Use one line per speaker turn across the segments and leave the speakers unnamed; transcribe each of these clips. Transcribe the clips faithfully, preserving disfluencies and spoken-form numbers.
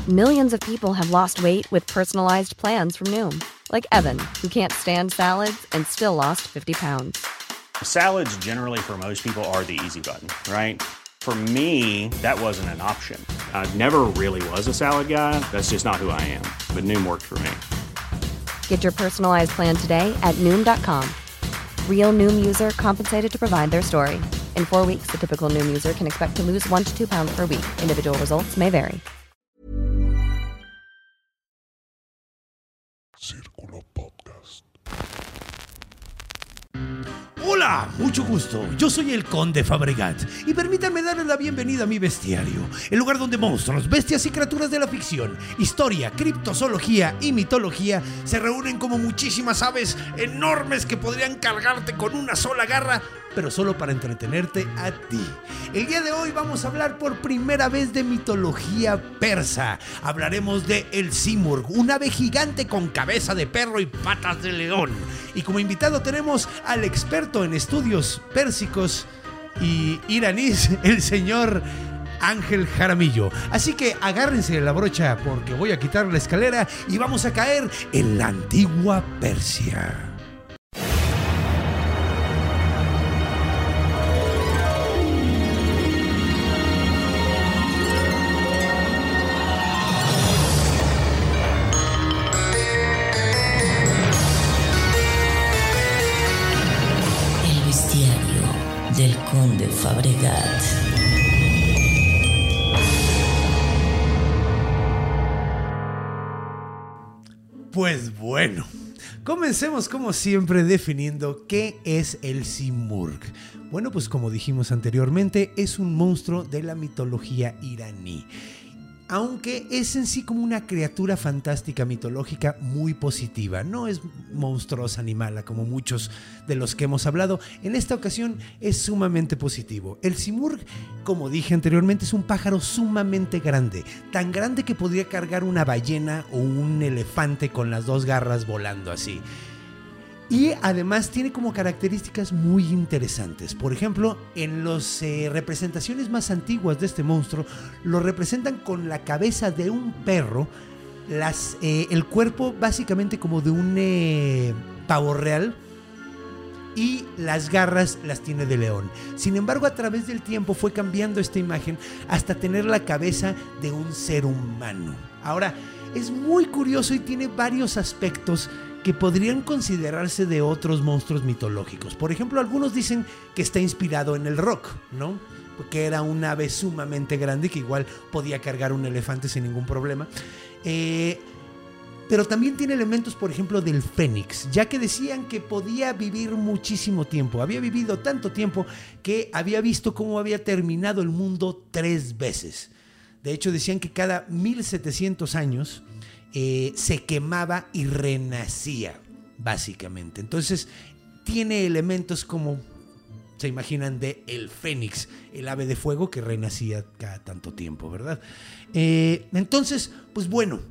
Millions of people have lost weight with personalized plans from Noom. Like Evan, who can't stand salads and still lost fifty pounds.
Salads generally for most people are the easy button, right? For me, that wasn't an option. I never really was a salad guy. That's just not who I am. But Noom worked for me.
Get your personalized plan today at Noom dot com. Real Noom user compensated to provide their story. In four weeks, the typical Noom user can expect to lose one to two pounds per week. Individual results may vary.
Círculo Podcast.
Hola, mucho gusto. Yo soy el Conde Fabregat y permítanme darles la bienvenida a mi bestiario, el lugar donde monstruos, bestias y criaturas de la ficción, historia, criptozoología y mitología se reúnen como muchísimas aves enormes que podrían cargarte con una sola garra, pero solo para entretenerte a ti. El día de hoy vamos a hablar por primera vez de mitología persa. Hablaremos de el Simurg, un ave gigante con cabeza de perro y patas de león. Y como invitado tenemos al experto en estudios pérsicos y iraníes, el señor Ángel Jaramillo. Así que agárrense la brocha porque voy a quitar la escalera y vamos a caer en la antigua Persia.
Del Conde Fabregat.
Pues bueno, comencemos como siempre definiendo qué es el Simurg. Bueno, pues como dijimos anteriormente, es un monstruo de la mitología iraní. Aunque es en sí como una criatura fantástica mitológica muy positiva. No es monstruosa ni mala como muchos de los que hemos hablado. En esta ocasión es sumamente positivo. El Simurg, como dije anteriormente, es un pájaro sumamente grande. Tan grande que podría cargar una ballena o un elefante con las dos garras volando así. Y además tiene como características muy interesantes. Por ejemplo, en las eh, representaciones más antiguas de este monstruo, lo representan con la cabeza de un perro, las, eh, el cuerpo básicamente como de un eh, pavo real, y las garras las tiene de león. Sin embargo, a través del tiempo fue cambiando esta imagen hasta tener la cabeza de un ser humano. Ahora, es muy curioso y tiene varios aspectos que podrían considerarse de otros monstruos mitológicos. Por ejemplo, algunos dicen que está inspirado en el roc, ¿no? Porque era un ave sumamente grande que igual podía cargar un elefante sin ningún problema. Eh, pero también tiene elementos, por ejemplo, del fénix, ya que decían que podía vivir muchísimo tiempo. Había vivido tanto tiempo que había visto cómo había terminado el mundo tres veces. De hecho, decían que cada mil setecientos años Eh, se quemaba y renacía, básicamente. Entonces, tiene elementos como se imaginan de el fénix, el ave de fuego que renacía cada tanto tiempo, ¿verdad? Eh, entonces, pues bueno,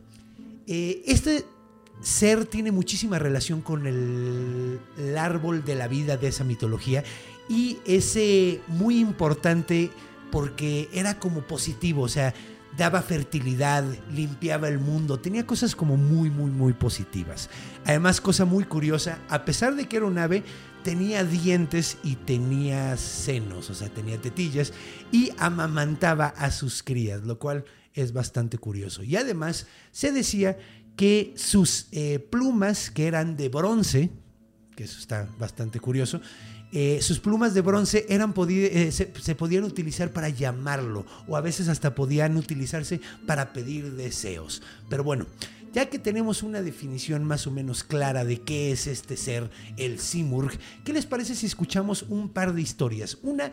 eh, este ser tiene muchísima relación con el, el árbol de la vida de esa mitología y es eh, muy importante porque era como positivo, o sea, daba fertilidad, limpiaba el mundo, tenía cosas como muy, muy, muy positivas. Además, cosa muy curiosa, a pesar de que era un ave, tenía dientes y tenía senos, o sea, tenía tetillas y amamantaba a sus crías, lo cual es bastante curioso. Y además, se decía que sus eh, plumas, que eran de bronce, que eso está bastante curioso, Eh, sus plumas de bronce eran podi- eh, se, se podían utilizar para llamarlo o a veces hasta podían utilizarse para pedir deseos. Pero bueno, ya que tenemos una definición más o menos clara de qué es este ser, el Simurg, ¿qué les parece si escuchamos un par de historias? Una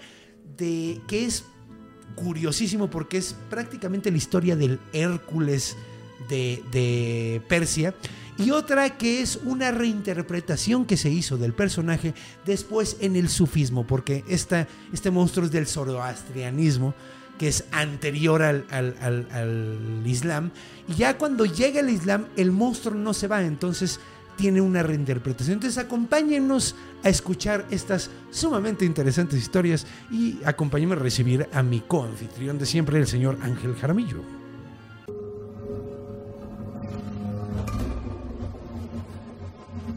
de que es curiosísimo porque es prácticamente la historia del Hércules de, de Persia, y otra que es una reinterpretación que se hizo del personaje después en el sufismo, porque esta, este monstruo es del zoroastrianismo, que es anterior al, al, al, al Islam, y ya cuando llega el Islam el monstruo no se va, entonces tiene una reinterpretación. Entonces acompáñenos a escuchar estas sumamente interesantes historias y acompáñenme a recibir a mi coanfitrión de siempre, el señor Ángel Jaramillo.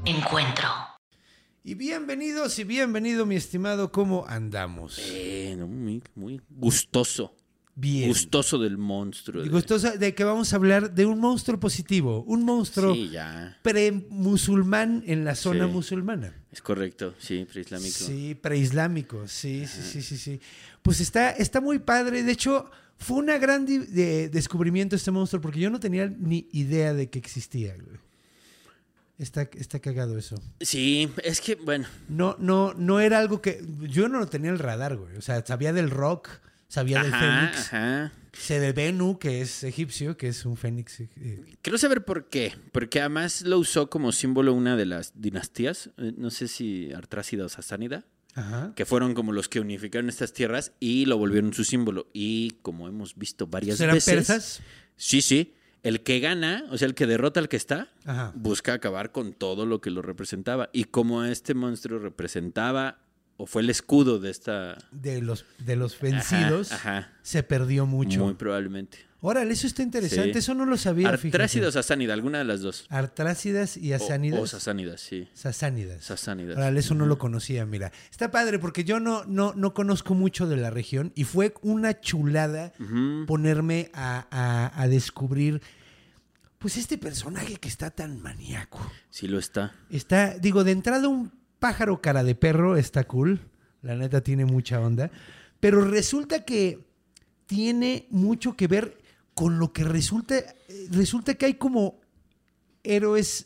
Encuentro.
Y bienvenidos y bienvenido, mi estimado, ¿cómo andamos?
Eh, no, muy, muy gustoso.
Bien.
Gustoso del monstruo.
Y
de-
gustoso de que vamos a hablar de un monstruo positivo, un monstruo
Sí, ya.
pre-musulmán en la zona
Sí.
musulmana.
Es correcto, sí, preislámico.
Sí, preislámico, sí, sí, sí, sí, sí. Pues está, está muy padre. De hecho, fue una gran di- de- descubrimiento este monstruo porque yo no tenía ni idea de que existía, güey. Está, está cagado eso.
Sí, es que, bueno,
No, no, no era algo que. Yo no lo tenía en el radar, güey. O sea, sabía del rock, sabía del
ajá,
fénix.
ajá.
Sé de Bennu, que es egipcio, que es un fénix. eh,
Quiero saber por qué. Porque además lo usó como símbolo una de las dinastías. eh, No sé si Artrácida o Sasánida.
Ajá.
Que fueron como los que unificaron estas tierras y lo volvieron su símbolo. Y como hemos visto varias
¿Serán
veces.
persas?
Sí, sí. El que gana, o sea, el que derrota al que está,
Ajá.
busca acabar con todo lo que lo representaba. Y como este monstruo representaba, o fue el escudo de esta...
De los, de los vencidos,
Ajá, ajá.
se perdió mucho.
Muy probablemente.
Órale, eso está interesante.
Sí.
Eso no lo sabía, fíjate.
Artrácida o Sasánida, alguna de las dos.
Artrácidas y
O,
asánidas.
o Sasánidas, sí.
Sasánidas.
Sasánidas.
Órale, eso no lo conocía, mira. Está padre porque yo no, no, no conozco mucho de la región y fue una chulada
Ujú.
ponerme a, a- a descubrir, pues, este personaje que está tan maníaco.
Sí lo está.
Está, digo, de entrada un pájaro cara de perro está cool. La neta tiene mucha onda. Pero resulta que tiene mucho que ver con lo que resulta. eh, Resulta que hay como héroes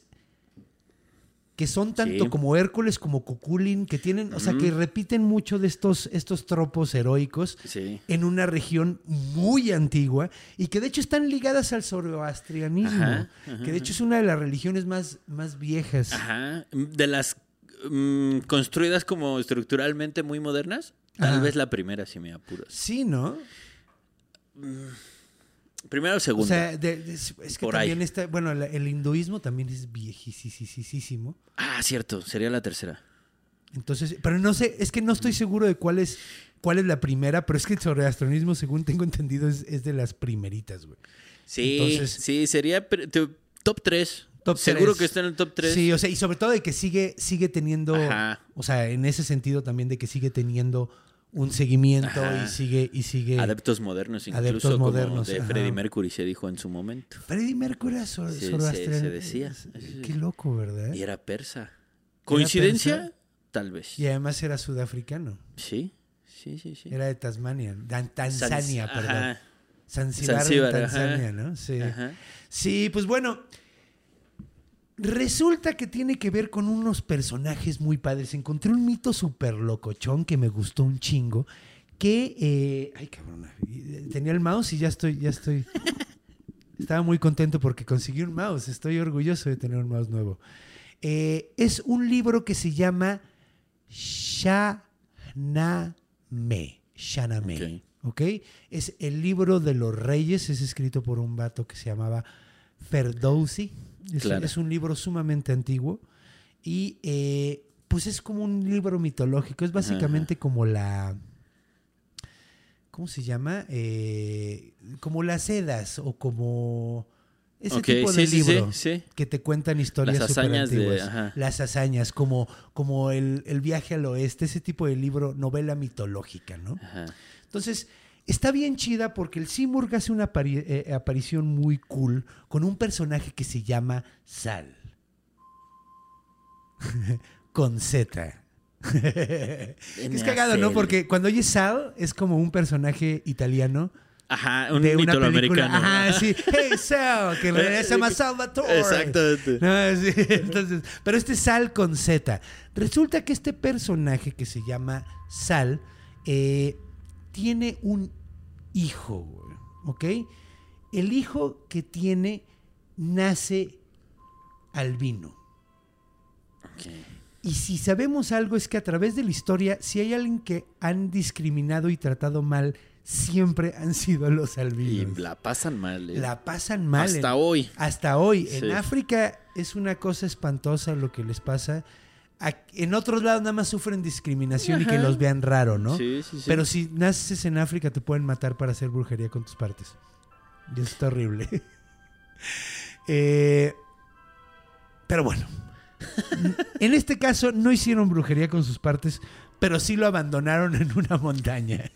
que son tanto
Sí.
como Hércules como Cuculín, que tienen, o sea, que repiten mucho de estos, estos tropos heroicos
Sí.
en una región muy antigua y que de hecho están ligadas al zoroastrianismo,
Ajá, ajá,
que de hecho es una de las religiones más, más viejas.
Ajá. De las mm, construidas como estructuralmente muy modernas, tal
Ajá.
vez la primera, si me apuras.
Sí, ¿no?
Primera o
O
segunda.
sea, de- de- es que
Por ahí.
también está, bueno, la- el hinduismo también es viejísimo.
Ah, cierto, sería la tercera.
Entonces, pero no sé, es que no estoy seguro de cuál es, cuál es la primera, pero es que el zoroastrianismo, según tengo entendido, es, es de las primeritas, güey.
Sí,
Entonces-
sí, sería pre- te- top tres.
Top
Seguro
tres.
que está en el top tres.
Sí, o sea, y sobre todo de que sigue, sigue teniendo,
Ajá.
o sea, en ese sentido también de que sigue teniendo un seguimiento
Ajá.
y sigue, y sigue.
Adeptos modernos, incluso
Adeptos
como
modernos,
de
ajá.
Freddie Mercury se dijo en su momento.
Freddie Mercury era zor-
Sí, se-
zoroastriano.
se decía.
Eh, Qué loco, ¿verdad?
Y era persa. ¿Coincidencia?
persa?
Tal vez.
Y además era sudafricano.
Sí, sí, sí, sí.
Era de Tasmania, Dan- Tanzania,
Sans-
perdón.
Ajá.
Zanzíbar,
Zanzíbar,
en
ajá.
Tanzania, ¿no? Sí.
Ajá.
Sí, pues bueno, resulta que tiene que ver con unos personajes muy padres. Encontré un mito súper locochón que me gustó un chingo, que, eh, ay cabrón, tenía el mouse y ya estoy, ya estoy, estaba muy contento porque conseguí un mouse, estoy orgulloso de tener un mouse nuevo. Eh, es un libro que se llama Shahnameh, Shahnameh, ¿ok? Es el libro de los reyes, es escrito por un vato que se llamaba Ferdowsi. Es,
Claro.
es un libro sumamente antiguo y eh, pues es como un libro mitológico, es básicamente como la... ¿Cómo se llama? Eh, como las Edas o como ese
Ok,
tipo
sí,
de
sí, sí,
libro
sí.
que te cuentan historias
Las hazañas de-
superantiguas.
ajá.
Las hazañas, como, como el, el viaje al oeste, ese tipo de libro, novela mitológica, ¿no?
Ajá.
Entonces, está bien chida porque el Simurg hace una apari- eh, aparición muy cool con un personaje que se llama Sal. Con Z. Es cagado, ¿no? Porque cuando oyes Sal es como un personaje italiano
Ajá, un
de una
mito
película.
americano.
Ajá, sí. Hey, Sal, que en realidad se llama Salvatore.
Exactamente.
No, sí, entonces, pero este Sal con Z. Resulta que este personaje que se llama Sal eh, tiene un hijo, güey, ¿ok? El hijo que tiene nace albino.
Ok.
Y si sabemos algo es que a través de la historia, si hay alguien que han discriminado y tratado mal, siempre han sido los
Y
albinos.
la pasan mal. ¿eh?
La pasan mal.
Hasta
en-
hoy.
Hasta hoy.
Sí.
En África es una cosa espantosa lo que les pasa. A- En otros lados nada más sufren discriminación y que
Ajá.
los vean raro, ¿no?
Sí, sí, sí.
Pero si naces en África te pueden matar para hacer brujería con tus partes. Y eso está horrible. Eh, pero bueno. En este caso no hicieron brujería con sus partes, pero sí lo abandonaron en una montaña.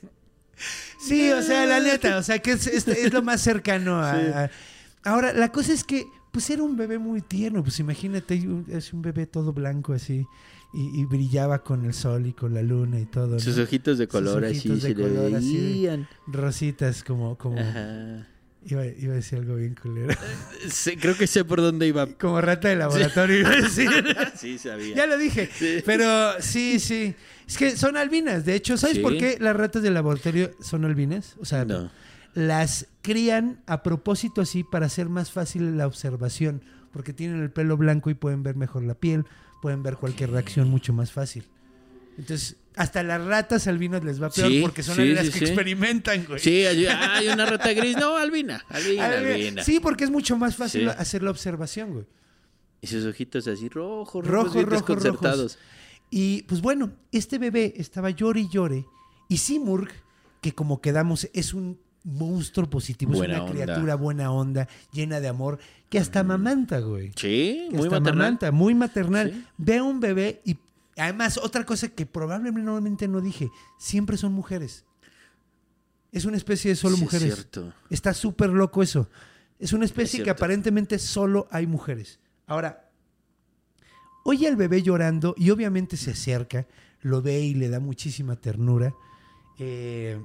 Sí, o sea, la neta, o sea, que es, es, es lo más cercano a,
Sí.
a... Ahora, la cosa es que, pues era un bebé muy tierno, pues imagínate, es un bebé todo blanco así, y, y brillaba con el sol y con la luna y todo, ¿no?
Sus ojitos de
Sus
color
ojitos
así
de
se le
color, así de-
veían.
Rositas como... como
Ajá.
iba, iba a decir algo bien culero.
Sí, creo que sé por dónde iba.
Como rata de laboratorio, iba a decir.
Sí, sabía.
Ya lo dije.
Sí.
Pero sí, sí. Es que son albinas. De hecho, ¿sabes
Sí.
por qué las ratas de laboratorio son albinas? O sea,
No.
las crían a propósito así para hacer más fácil la observación. Porque tienen el pelo blanco y pueden ver mejor la piel. Pueden ver cualquier reacción mucho más fácil. Entonces, hasta las ratas albinas les va peor
Sí,
porque son
sí,
las
sí,
que
sí.
experimentan, güey.
Sí, hay, hay una rata gris. No, albina. Albina,
Albina.
albina.
Sí, porque es mucho más fácil
Sí.
hacer la observación, güey.
Y sus ojitos así rojos, rojos,
Rojo,
bien
rojo,
desconcertados.
rojos. Y pues bueno, este bebé estaba llore y llore. Y Simurg, que como quedamos, es un monstruo positivo,
Buena
es una
onda.
criatura buena onda, llena de amor, que hasta amamanta, güey.
Sí,
Que
muy
hasta
maternal.
amamanta, muy maternal.
Sí.
Ve a un bebé y además otra cosa que probablemente no dije, siempre son mujeres. Es una especie de solo
Sí, es
mujeres.
cierto.
Está súper loco eso. Es una especie
Es
que
cierto.
aparentemente solo hay mujeres. Ahora, oye al bebé llorando y obviamente se acerca, lo ve y le da muchísima ternura. Eh,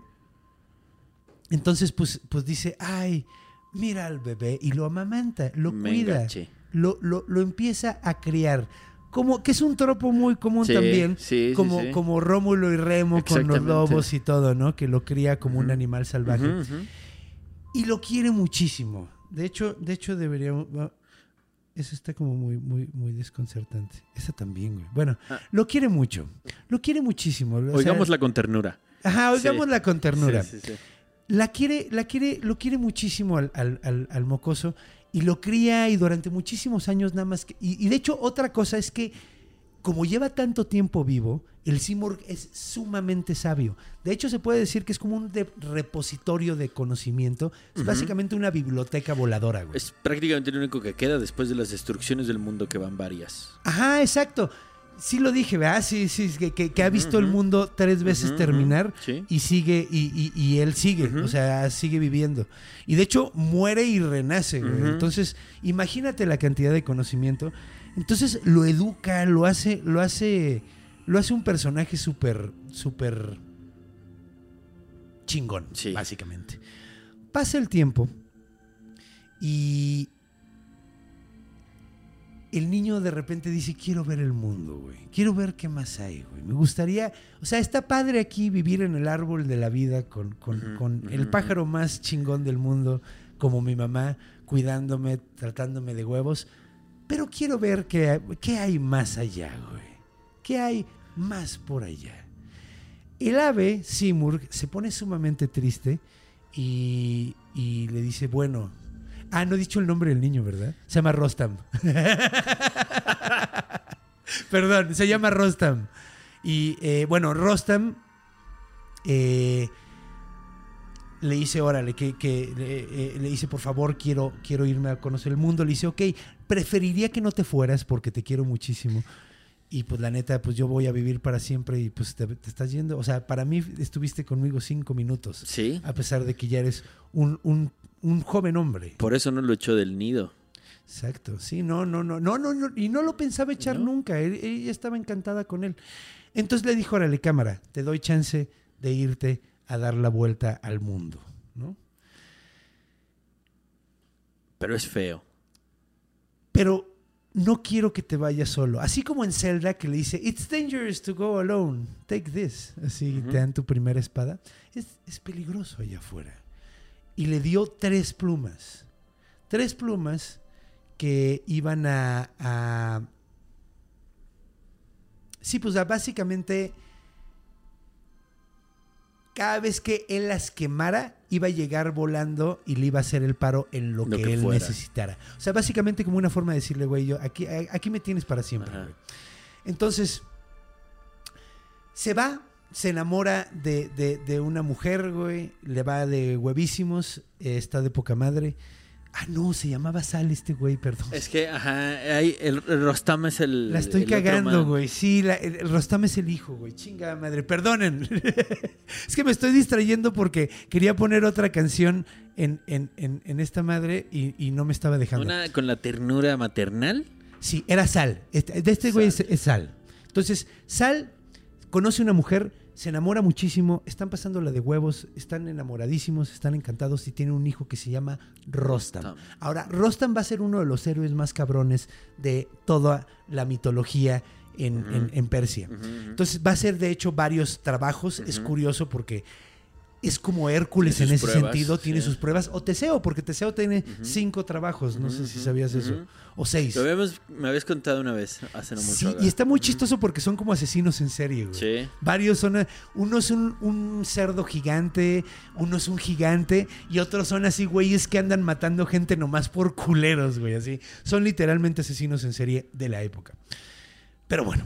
entonces, pues, pues dice, ay, mira al bebé y lo amamanta, lo
Me
cuida,
enganché.
lo, lo, lo empieza a criar. Como que es un tropo muy común
Sí,
también,
sí, sí,
como,
sí.
como Rómulo y Remo con los
Exactamente.
lobos y todo, ¿no? Que lo cría como un animal salvaje.
Ujú, ujú.
Y lo quiere muchísimo. De hecho, de hecho deberíamos... bueno, eso está como muy, muy, muy desconcertante. Esa también, güey. Bueno,
Ah.
lo quiere mucho. Lo quiere muchísimo. O sea,
Oigámosla con ternura.
Ajá,
Sí.
oigámosla con ternura.
Sí, sí, sí.
La quiere, la quiere, lo quiere muchísimo al, al, al, al mocoso y lo cría y durante muchísimos años nada más. Que, y, y de hecho, otra cosa es que como lleva tanto tiempo vivo, el Simurg es sumamente sabio. De hecho, se puede decir que es como un de- repositorio de conocimiento. Es
Ujú.
básicamente una biblioteca voladora, güey.
Es prácticamente lo único que queda después de las destrucciones del mundo, que van varias.
Ajá, exacto. Sí lo dije, ¿verdad? Sí, sí, que, que, que ha visto el
Ujú.
mundo tres veces
Ujú,
terminar
ujú, sí.
y sigue, y, y- y él sigue,
Ujú.
o sea, sigue viviendo. Y de hecho, muere y renace, güey.
Ujú.
Entonces, imagínate la cantidad de conocimiento. Entonces, lo educa, lo hace, lo hace, lo hace un personaje súper, súper chingón,
Sí.
básicamente. Pasa el tiempo y el niño de repente dice, quiero ver el mundo, güey. Quiero ver qué más hay, güey. Me gustaría... O sea, está padre aquí vivir en el árbol de la vida con, con,
Ujú,
con
ujú,
el pájaro más chingón del mundo, como mi mamá, cuidándome, tratándome de huevos. Pero quiero ver qué, qué hay más allá, güey. ¿Qué hay más por allá? El ave, Simurg, se pone sumamente triste y, y le dice, bueno... Ah, no he dicho el nombre del niño, ¿verdad? Se llama Rostam. Perdón, se llama Rostam. Y eh, bueno, Rostam eh, le dice, órale, que, que le, eh, le dice, por favor, quiero, quiero irme a conocer el mundo. Le dice, ok, preferiría que no te fueras porque te quiero muchísimo. Y pues la neta, pues yo voy a vivir para siempre y pues te, te estás yendo. O sea, para mí estuviste conmigo cinco minutos.
Sí.
A pesar de que ya eres un, un, un joven hombre.
Por eso no lo echó del nido.
Exacto, sí, no, no, no, no, no, no, y no lo pensaba echar
¿No?
nunca, él- ella estaba encantada con él. Entonces le dijo, órale, cámara, te doy chance de irte a dar la vuelta al mundo, ¿no?
Pero es feo.
Pero no quiero que te vayas solo. Así como en Zelda que le dice, it's dangerous to go alone, take this. Así
Ujú.
te dan tu primera espada. Es, es peligroso allá afuera. Y le dio tres plumas. Tres plumas que iban a... a sí, pues a básicamente... Cada vez que él las quemara, iba a llegar volando y le iba a hacer el paro en lo,
Lo
que,
que
él
fuera.
necesitara. O sea, básicamente como una forma de decirle, güey, yo aquí, aquí me tienes para siempre,
Ajá.
güey. Entonces, se va, se enamora de, de, de una mujer, güey, le va de huevísimos, eh, está de poca madre. Ah, no, se llamaba Sal este güey, perdón.
Es que, ajá, hay, el, el Rostam es el.
La estoy
el otro
cagando,
man.
güey. Sí, la, el, el Rostam es el hijo, güey. Chinga madre, perdonen. Es que me estoy distrayendo porque quería poner otra canción en, en, en, en esta madre y, y no me estaba dejando.
Una con la ternura maternal.
Sí, era Sal. Este, de este güey es, es Sal. Entonces, Sal conoce una mujer, se enamora muchísimo, están pasando la de huevos, están enamoradísimos, están encantados y tienen un hijo que se llama Rostam.
Rostam.
Ahora, Rostam va a ser uno de los héroes más cabrones de toda la mitología en,
Uh-huh.
en, en Persia.
Uh-huh.
Entonces va a ser de hecho varios trabajos. Uh-huh. Es curioso porque es como Hércules en
Tiene
ese
sus pruebas,
sentido, tiene
sí.
sus pruebas. O Teseo, porque Teseo tiene
Uh-huh.
cinco trabajos, no
Uh-huh.
sé si sabías eso.
Uh-huh.
O seis.
Lo habíamos, me habías contado una vez, hace no mucho.
Sí,
¿verdad?
y está muy chistoso porque son como asesinos en serie, güey.
Sí.
Varios son, uno es un, un cerdo gigante, uno es un gigante y otros son así güeyes que andan matando gente nomás por culeros, güey, así. Son literalmente asesinos en serie de la época. Pero bueno,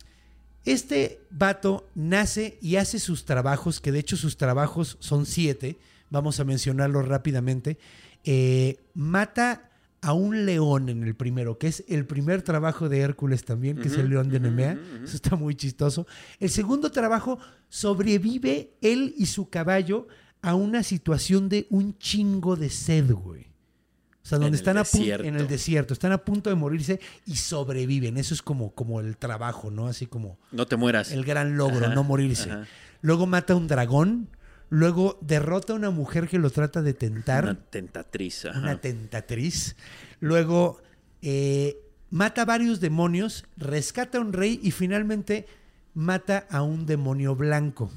este vato nace y hace sus trabajos, que de hecho sus trabajos son siete, vamos a mencionarlos rápidamente. Eh, mata a un león en el primero, que es el primer trabajo de Hércules también, que uh-huh, es el león de Nemea. Uh-huh, uh-huh. Eso está muy chistoso. El segundo trabajo, sobrevive él y su caballo a una situación de un chingo de sed, güey. O sea, donde están a punto, en el desierto, están a punto de morirse y sobreviven. Eso es como, como el trabajo, ¿no? Así como...
No te mueras.
El gran logro,
ajá,
no morirse.
Ajá.
Luego mata a un dragón. Luego derrota a una mujer que lo trata de tentar.
Una tentatriz. Ajá.
Una tentatriz. Luego eh, mata a varios demonios, rescata a un rey y finalmente mata a un demonio blanco.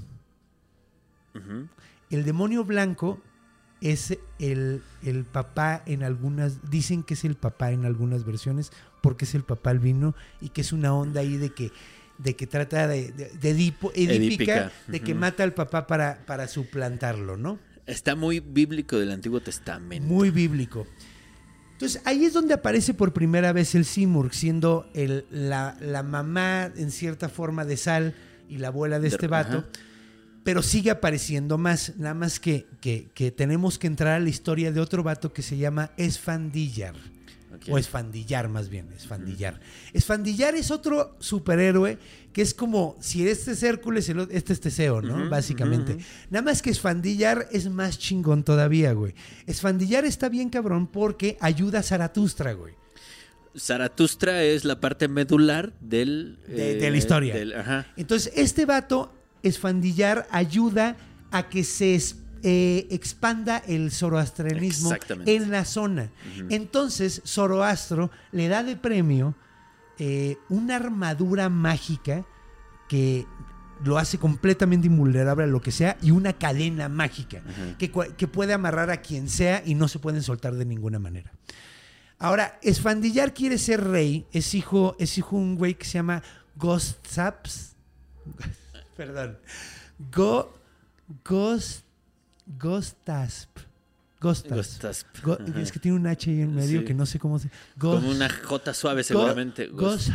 Uh-huh. El demonio blanco es el, el papá en algunas... Dicen que es el papá en algunas versiones porque es el papá albino y que es una onda ahí de que... de que trata de, de, de edipo, edípica, edípica, de que uh-huh. mata al papá para, para suplantarlo, ¿no?
Está muy bíblico del Antiguo Testamento.
Muy bíblico. Entonces, ahí es donde aparece por primera vez el Simurgh, siendo el, la, la mamá, en cierta forma, de Sal y la abuela de este vato. Ajá. Pero sigue apareciendo más, nada más que, que, que tenemos que entrar a la historia de otro vato que se llama Esfandiyar. Okay. O Esfandiyar más bien, Esfandiyar. Uh-huh. Esfandiyar es otro superhéroe que es como, si este es Hércules, este es Teseo, ¿no? Uh-huh, Básicamente. Uh-huh. Nada más que Esfandiyar es más chingón todavía, güey. Esfandiyar está bien cabrón porque ayuda a Zaratustra, güey.
Zaratustra es la parte medular del...
De, eh, de la historia.
Del, ajá.
Entonces, este vato, Esfandiyar, ayuda a que se... Eh, expanda el zoroastrianismo en la zona. Uh-huh. Entonces Zoroastro le da de premio eh, una armadura mágica que lo hace completamente invulnerable a lo que sea y una cadena mágica uh-huh. que, que puede amarrar a quien sea y no se pueden soltar de ninguna manera. Ahora, Esfandiyar quiere ser rey, es hijo, es hijo de un güey que se llama Gostsaps. Perdón. Go, Ghost Gostasp. Gostasp.
Gostasp.
Go, es que tiene un H ahí en medio sí. que no sé cómo se...
Ghost, como una J suave seguramente.
Gostasp.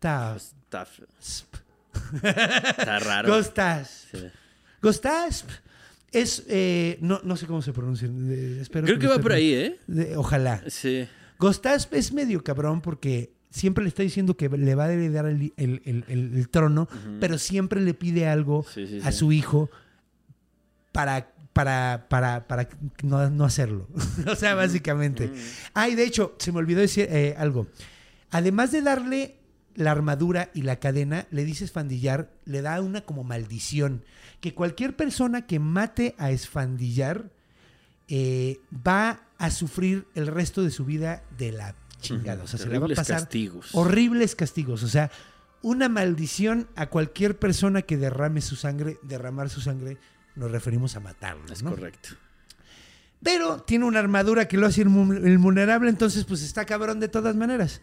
Gostasp. Está raro.
Gostasp. Sí. Gostasp es... Eh, no, no sé cómo se pronuncia. Eh, espero
Creo que, que va por ahí, ¿eh?
De, ojalá.
Sí.
Gostasp es medio cabrón porque siempre le está diciendo que le va a heredar el, el, el, el, el trono, uh-huh. pero siempre le pide algo sí, sí, a sí. su hijo para... Para, para, para no, no hacerlo. O sea, básicamente. Ah, y de hecho, se me olvidó decir eh, algo. Además de darle la armadura y la cadena, le dice Esfandiyar, le da una como maldición. Que cualquier persona que mate a Esfandiyar eh, va a sufrir el resto de su vida de la chingada. O sea, se le va a pasar
castigos.
Horribles castigos. O sea, una maldición a cualquier persona que derrame su sangre, derramar su sangre. Nos referimos a matarlo,
es
¿no?
correcto.
Pero tiene una armadura que lo hace invulnerable, entonces pues está cabrón de todas maneras.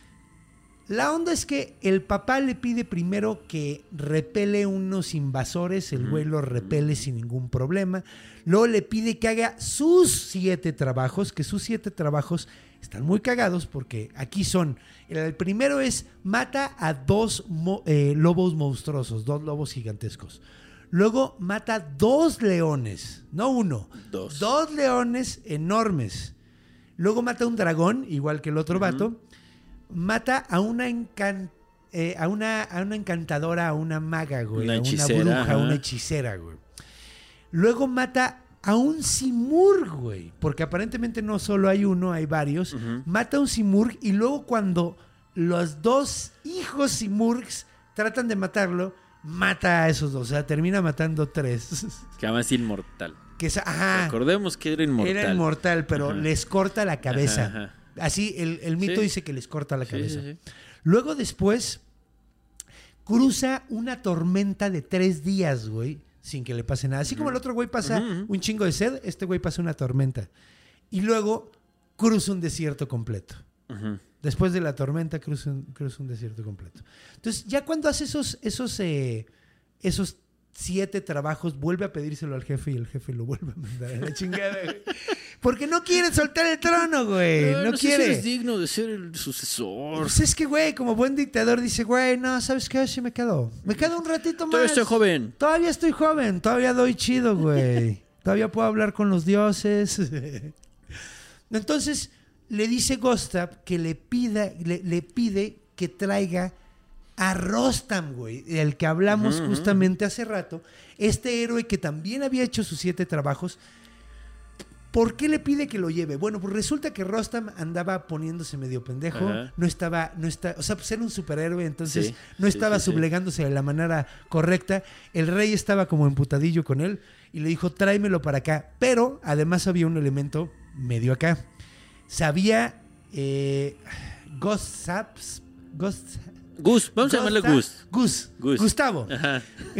La onda es que el papá le pide primero que repele unos invasores, el güey los repele uh-huh. sin ningún problema. Luego le pide que haga sus siete trabajos, que sus siete trabajos están muy cagados porque aquí son... El primero es mata a dos mo- eh, lobos monstruosos, dos lobos gigantescos. Luego mata dos leones, no uno,
dos.
Dos leones enormes. Luego mata a un dragón, igual que el otro
Ujú.
vato. Mata a una, encan- eh, a una a una encantadora, a una maga, güey.
Una
a una
hechicera,
bruja,
ajá.
una hechicera, güey. Luego mata a un simurg, güey. Porque aparentemente no solo hay uno, hay varios.
Ujú.
Mata a un simurg y luego cuando los dos hijos simurgs tratan de matarlo, mata a esos dos. O sea, termina matando tres.
Que además es inmortal.
Que es, ajá,
Recordemos que era inmortal.
era inmortal, pero
Ajá.
les corta la cabeza.
Ajá, ajá.
Así, el, el mito
Sí.
dice que les corta la
Sí,
cabeza.
sí, sí.
Luego después cruza una tormenta de tres días, güey, sin que le pase nada. Así como el otro güey pasa
Ujú, ujú.
un chingo de sed, este güey pasa una tormenta. Y luego cruza un desierto completo.
Ujú.
Después de la tormenta cruza un, cruza un desierto completo. Entonces, ya cuando hace esos, esos, eh, esos siete trabajos, vuelve a pedírselo al jefe y el jefe lo vuelve a mandar a la chingada, güey. Porque no quiere soltar el trono, güey.
Ah,
No,
no sé si
quiere.
eres digno de ser el sucesor.
Pues es que, güey, como buen dictador dice, güey, no, ¿sabes qué? Sí me quedo. Me quedo un ratito más.
Todavía estoy joven.
Todavía estoy joven. Todavía doy chido, güey. Todavía puedo hablar con los dioses. Entonces, le dice Gostab que le pida, le, le pide que traiga a Rostam, güey, el que hablamos
Ujú,
justamente hace rato. Este héroe que también había hecho sus siete trabajos. ¿Por qué le pide que lo lleve? Bueno, pues resulta que Rostam andaba poniéndose medio pendejo,
Ajá.
no estaba, no está, o sea, pues era un superhéroe, entonces
Sí,
no
sí,
estaba
sí, sí.
sublegándose de la manera correcta. El rey estaba como emputadillo con él y le dijo, tráemelo para acá. Pero además había un elemento medio acá. Sabía eh, Gostaps, Gost,
Gus, vamos a llamarle Gus.
Gus,
Gus.
Gustavo.
Ajá.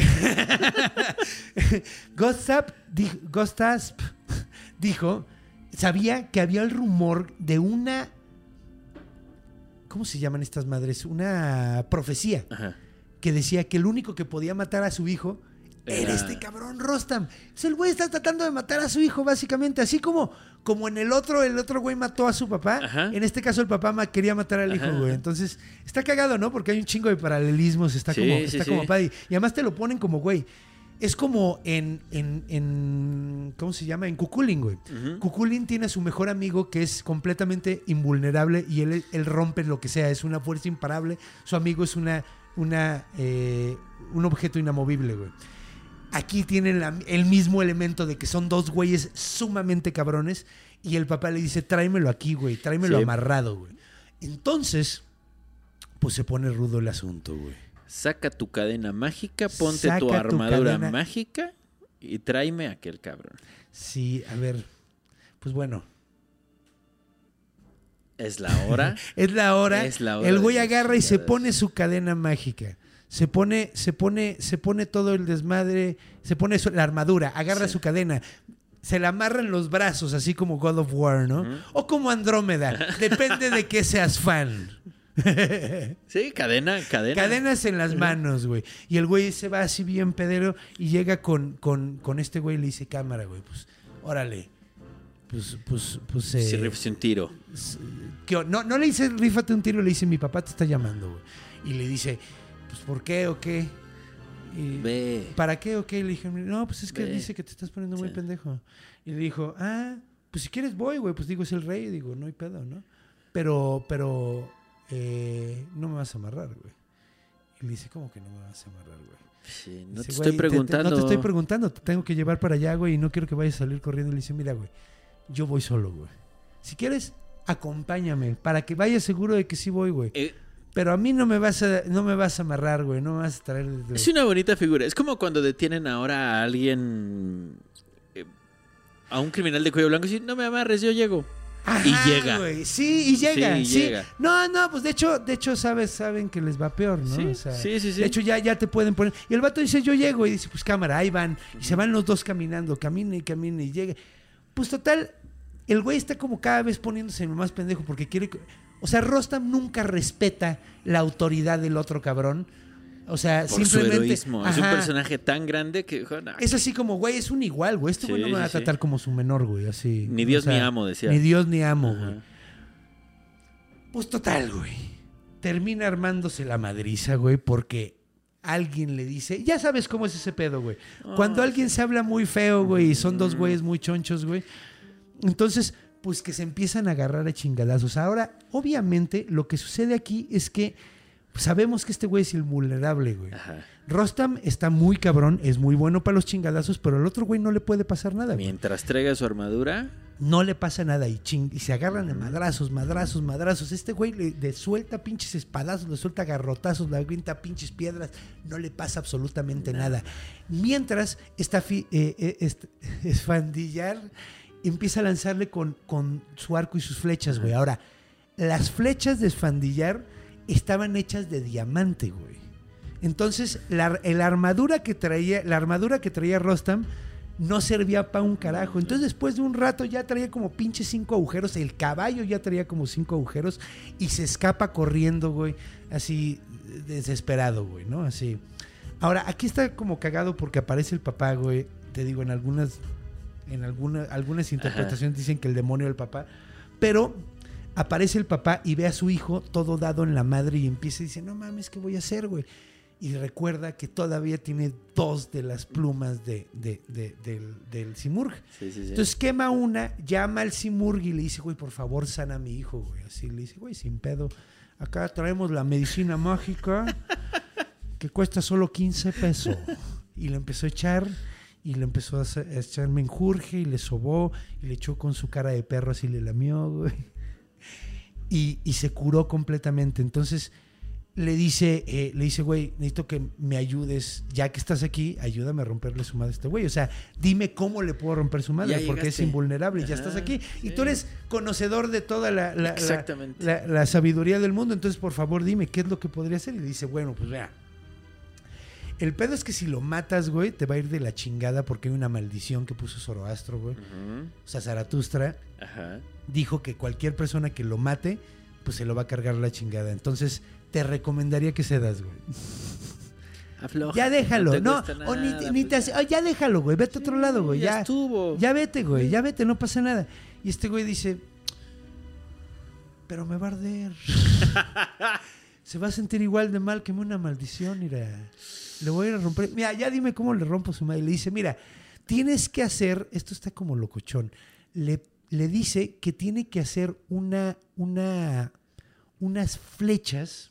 Gostab dijo, Gostasp dijo, sabía que había el rumor de una, ¿cómo se llaman estas madres? Una profecía
Ajá.
que decía que el único que podía matar a su hijo era,
Era-
este cabrón Rostam. Entonces el güey está tratando de matar a su hijo, básicamente, así como, como en el otro, el otro güey mató a su papá.
Ajá.
En este caso el papá ma- quería matar al
Ajá.
hijo, güey. Entonces está cagado, ¿no? Porque hay un chingo de paralelismos, está
Sí,
como,
sí,
está
sí.
como padre. Y además te lo ponen como, güey. Es como en, en, en ¿cómo se llama? En Cuculin, güey.
Ujú.
Cuculin tiene a su mejor amigo que es completamente invulnerable y él, él rompe lo que sea, es una fuerza imparable. Su amigo es una, una, eh, un objeto inamovible, güey. Aquí tienen la- el mismo elemento de que son dos güeyes sumamente cabrones y el papá le dice, tráemelo aquí, güey, tráemelo
Sí.
amarrado, güey. Entonces, pues se pone rudo el asunto, güey.
Saca tu cadena mágica, ponte
Saca
tu
tu
armadura
cadena.
mágica y tráeme a aquel cabrón.
Sí, a ver, pues bueno.
Es la hora.
Es la hora.
Es la hora
El
de
güey
las
agarra y se
chingadas.
pone su cadena mágica. Se pone, se pone, se pone todo el desmadre, se pone su- la armadura, agarra
Sí.
su cadena, se la amarra en los brazos, así como God of War, ¿no?
Ujú.
O como Andrómeda. Depende de qué seas fan.
Sí, cadena, cadena.
Cadenas en las manos, güey. Y el güey se va así bien pedero y llega con, con, con este güey y le dice, cámara, güey, pues, órale. Pues, pues, pues. eh,
Si rifas un tiro.
que- no, no le dice, rífate un tiro, le dice, mi papá te está llamando, güey. Y le dice, pues, ¿por qué o qué? Y,
Ve.
¿Para qué o qué? Y le dije, no, pues es que
Ve.
dice que te estás poniendo muy
Sí.
pendejo. Y le dijo, ah, pues si quieres voy, güey. Pues digo, es el rey. Y digo, no hay pedo, ¿no? Pero, pero, eh, no me vas a amarrar, güey. Y le dice, ¿cómo que no me vas a amarrar, güey?
Sí, no
Dice,
te
"Güey,
estoy preguntando.
no te estoy preguntando, te tengo que llevar para allá, güey, y no quiero que vayas a salir corriendo. Y le dice, mira, güey, yo voy solo, güey. Si quieres, acompáñame, para que vayas seguro de que sí voy, güey.
Eh,
Pero a mí no me vas a, no me vas a amarrar, güey, no me vas a traer... de-
es una bonita figura. Es como cuando detienen ahora a alguien. eh, a un criminal de cuello blanco y dicen, no me amarres, yo llego.
Ajá,
y llega.
güey. Sí, y llega,
Sí,
sí.
llega.
No, no, pues de hecho, de hecho, sabes, saben que les va peor, ¿no?
Sí,
O sea,
sí, sí, sí.
De hecho, ya, ya te pueden poner. Y el vato dice, yo llego, y dice, pues cámara, ahí van. Y se van los dos caminando, camina y camina y llega. Pues total, el güey está como cada vez poniéndose más pendejo porque quiere. O sea, Rostam nunca respeta la autoridad del otro cabrón. O sea,
Por su
simplemente.
heroísmo. Es un
Ajá.
personaje tan grande que. dijo, "Nah,
Es así como, güey, es un igual, güey. Este güey
Sí,
no me va a
sí, sí.
tratar como su menor, güey. Así.
Ni Dios ni amo", decía.
Ni Dios ni amo,
Ajá.
güey. Pues total, güey. Termina armándose la madriza, güey, porque alguien le dice, ya sabes cómo es ese pedo, güey. Cuando
Ah,
alguien se habla muy feo, güey, y son dos güeyes muy chonchos, güey. Entonces, pues que se empiezan a agarrar a chingadazos. Ahora, obviamente, lo que sucede aquí es que sabemos que este güey es invulnerable, güey.
Ajá.
Rostam está muy cabrón, es muy bueno para los chingadazos, pero al otro güey no le puede pasar nada, güey.
Mientras traiga su armadura,
No le pasa nada y, ching, y se agarran de madrazos, madrazos, madrazos. Este güey le, le suelta pinches espadazos, le suelta garrotazos, le avienta pinches piedras. No le pasa absolutamente
no.
nada. Mientras esta fi, eh, eh, este, Esfandillar empieza a lanzarle con, con su arco y sus flechas, güey. Ahora, las flechas de Esfandillar estaban hechas de diamante, güey. Entonces, la, la armadura que traía, la armadura que traía Rostam no servía para un carajo. Entonces, después de un rato ya traía como pinches cinco agujeros. El caballo ya traía como cinco agujeros y se escapa corriendo, güey. Así, desesperado, güey, ¿no? Así. Ahora, aquí está como cagado porque aparece el papá, güey. Te digo, en algunas, en alguna, algunas interpretaciones Ajá. dicen que el demonio del papá. Pero aparece el papá y ve a su hijo todo dado en la madre y empieza y dice, no mames, ¿qué voy a hacer, güey? Y recuerda que todavía tiene dos de las plumas de, de, de, del, del Simurg.
Sí, sí, sí.
Entonces quema una, llama al Simurg y le dice, güey, por favor, sana a mi hijo, güey. Así le dice, güey, sin pedo. Acá traemos la medicina mágica que cuesta solo quince pesos. Y le empezó a echar y le empezó a, hacer, a echar menjurje y le sobó y le echó con su cara de perro así le lamió, güey. Y, y se curó completamente. Entonces le dice, eh, le dice, güey, necesito que me ayudes, ya que estás aquí, ayúdame a romperle su madre a este güey. O sea, dime cómo le puedo romper su madre,
ya
porque
llegaste.
es invulnerable,
Ajá,
ya estás aquí.
sí.
Y tú eres conocedor de toda la, la,
Exactamente.
la, la, la sabiduría del mundo. Entonces, por favor, dime, ¿qué es lo que podría hacer? Y le dice, bueno, pues vea. El pedo es que si lo matas, güey, te va a ir de la chingada porque hay una maldición que puso Zoroastro, güey.
Uh-huh.
O sea, Zaratustra
Ajá.
dijo que cualquier persona que lo mate, pues se lo va a cargar la chingada. Entonces, te recomendaría que cedas, güey.
Afloja,
Ya déjalo,
te
no,
cuesta
o ni,
nada,
ni
pues
te hace,
ya.
oh, ya déjalo, güey, vete a otro lado, güey,
ya
ya,
estuvo.
ya vete, güey, ya vete, no pasa nada. Y este güey dice, pero me va a arder. Se va a sentir igual de mal que me una maldición, mira. Le voy a ir a romper. Mira, ya dime cómo le rompo su madre. Le dice, mira, tienes que hacer, esto está como locochón. Le, le dice que tiene que hacer una, una, unas flechas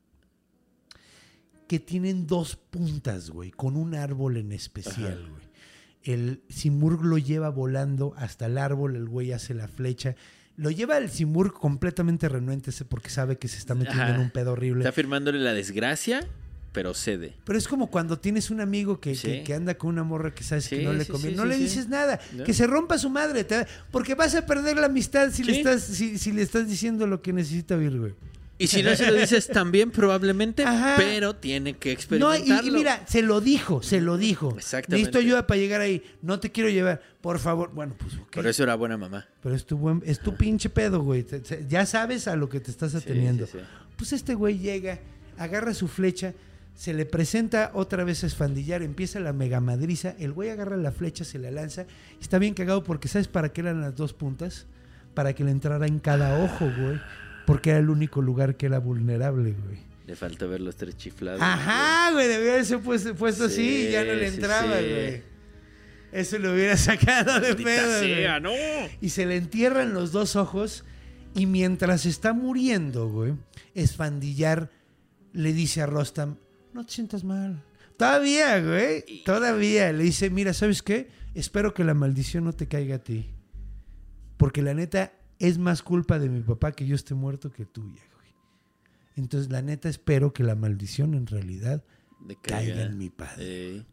que tienen dos puntas, güey, con un árbol en especial,
Ajá.
güey. El Simurg lo lleva volando hasta el árbol, el güey hace la flecha. Lo lleva el Simurg completamente renuente porque sabe que se está metiendo
Ajá.
en un pedo horrible.
Está firmándole la desgracia, pero cede.
Pero es como cuando tienes un amigo que,
Sí.
que, que anda con una morra que sabes
Sí,
que no le
sí,
conviene.
sí,
no
sí,
le
sí.
dices nada.
¿No?
Que se rompa su madre. Te, porque vas a perder la amistad si,
Sí.
le estás, si, si le estás diciendo lo que necesita oír, güey.
Y si no se lo dices también, probablemente,
Ajá.
pero tiene que
No,
experimentarlo.
y, y mira, se lo dijo, se lo dijo.
Exactamente.
Necesito ayuda para llegar ahí. No te quiero llevar. Por favor. Bueno, pues ok.
Por eso era buena mamá.
Pero es tu, buen, es tu pinche pedo, güey. Te- te- Ya sabes a lo que te estás ateniendo.
sí, sí.
Pues este güey llega, agarra su flecha, se le presenta otra vez a Esfandillar, empieza la mega madriza, el güey agarra la flecha, se la lanza, y está bien cagado porque ¿sabes para qué eran las dos puntas? Para que le entrara en cada ojo, güey. Porque era el único lugar que era vulnerable, güey.
Le falta ver los tres chiflados.
Ajá, güey, debió haberse puesto, puesto
Sí,
así y ya no le
sí,
entraba,
sí.
güey. Eso lo hubiera sacado de
Maldita
pedo,
sea,
güey.
no.
Y se le entierran los dos ojos y mientras está muriendo, güey, Esfandillar le dice a Rostam, no te sientas mal. Todavía, güey, todavía. Le dice, mira, ¿sabes qué? Espero que la maldición no te caiga a ti. Porque la neta es más culpa de mi papá que yo esté muerto que tuya, güey. Entonces, la neta espero que la maldición en realidad
De
caiga en mi padre.
Eh,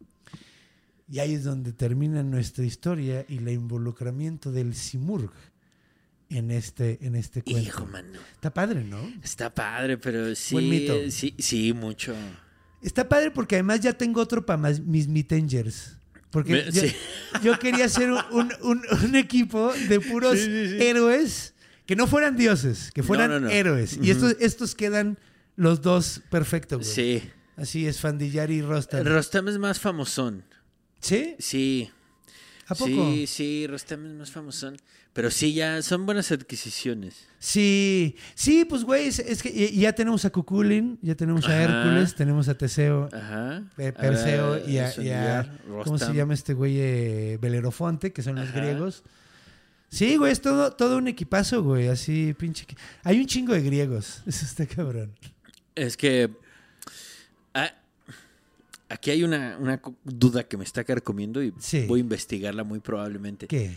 Y ahí es donde termina nuestra historia y el involucramiento del Simurg en este, en este cuento.
Hijo, mano.
Está padre, ¿no?
Está padre, pero sí.
Buen mito.
Sí, sí, mucho.
Está padre porque además ya tengo otro para mis Mitengers. Porque
Me-
yo,
sí.
yo quería hacer un, un- un- un equipo de puros
Sí, sí, sí.
héroes que no fueran dioses, que fueran
No, no, no.
héroes. Y
Ujú.
estos, estos quedan los dos perfectos, güey.
Sí.
Así es, Fandillar y Rostam.
Rostam es más famosón.
¿Sí?
Sí.
¿A poco?
Sí, sí, Rostam es más famosón. Pero sí, ya son buenas adquisiciones.
Sí, sí, pues güey, es, es que y- y ya tenemos a Cuculin, ya tenemos a
Ajá.
Hércules, tenemos a Teseo,
Ajá.
Pe- Perseo
Ahora,
y a, y a-
Esfandillar,
¿cómo se
Rostam.
llama este güey? Eh, Belerofonte, que son los
Ajá.
griegos. Sí, güey, es todo, todo un equipazo, güey, así pinche. Hay un chingo de griegos, eso está cabrón.
Es que ah, aquí hay una, una duda que me está carcomiendo y
sí.
voy a investigarla muy probablemente.
¿Qué?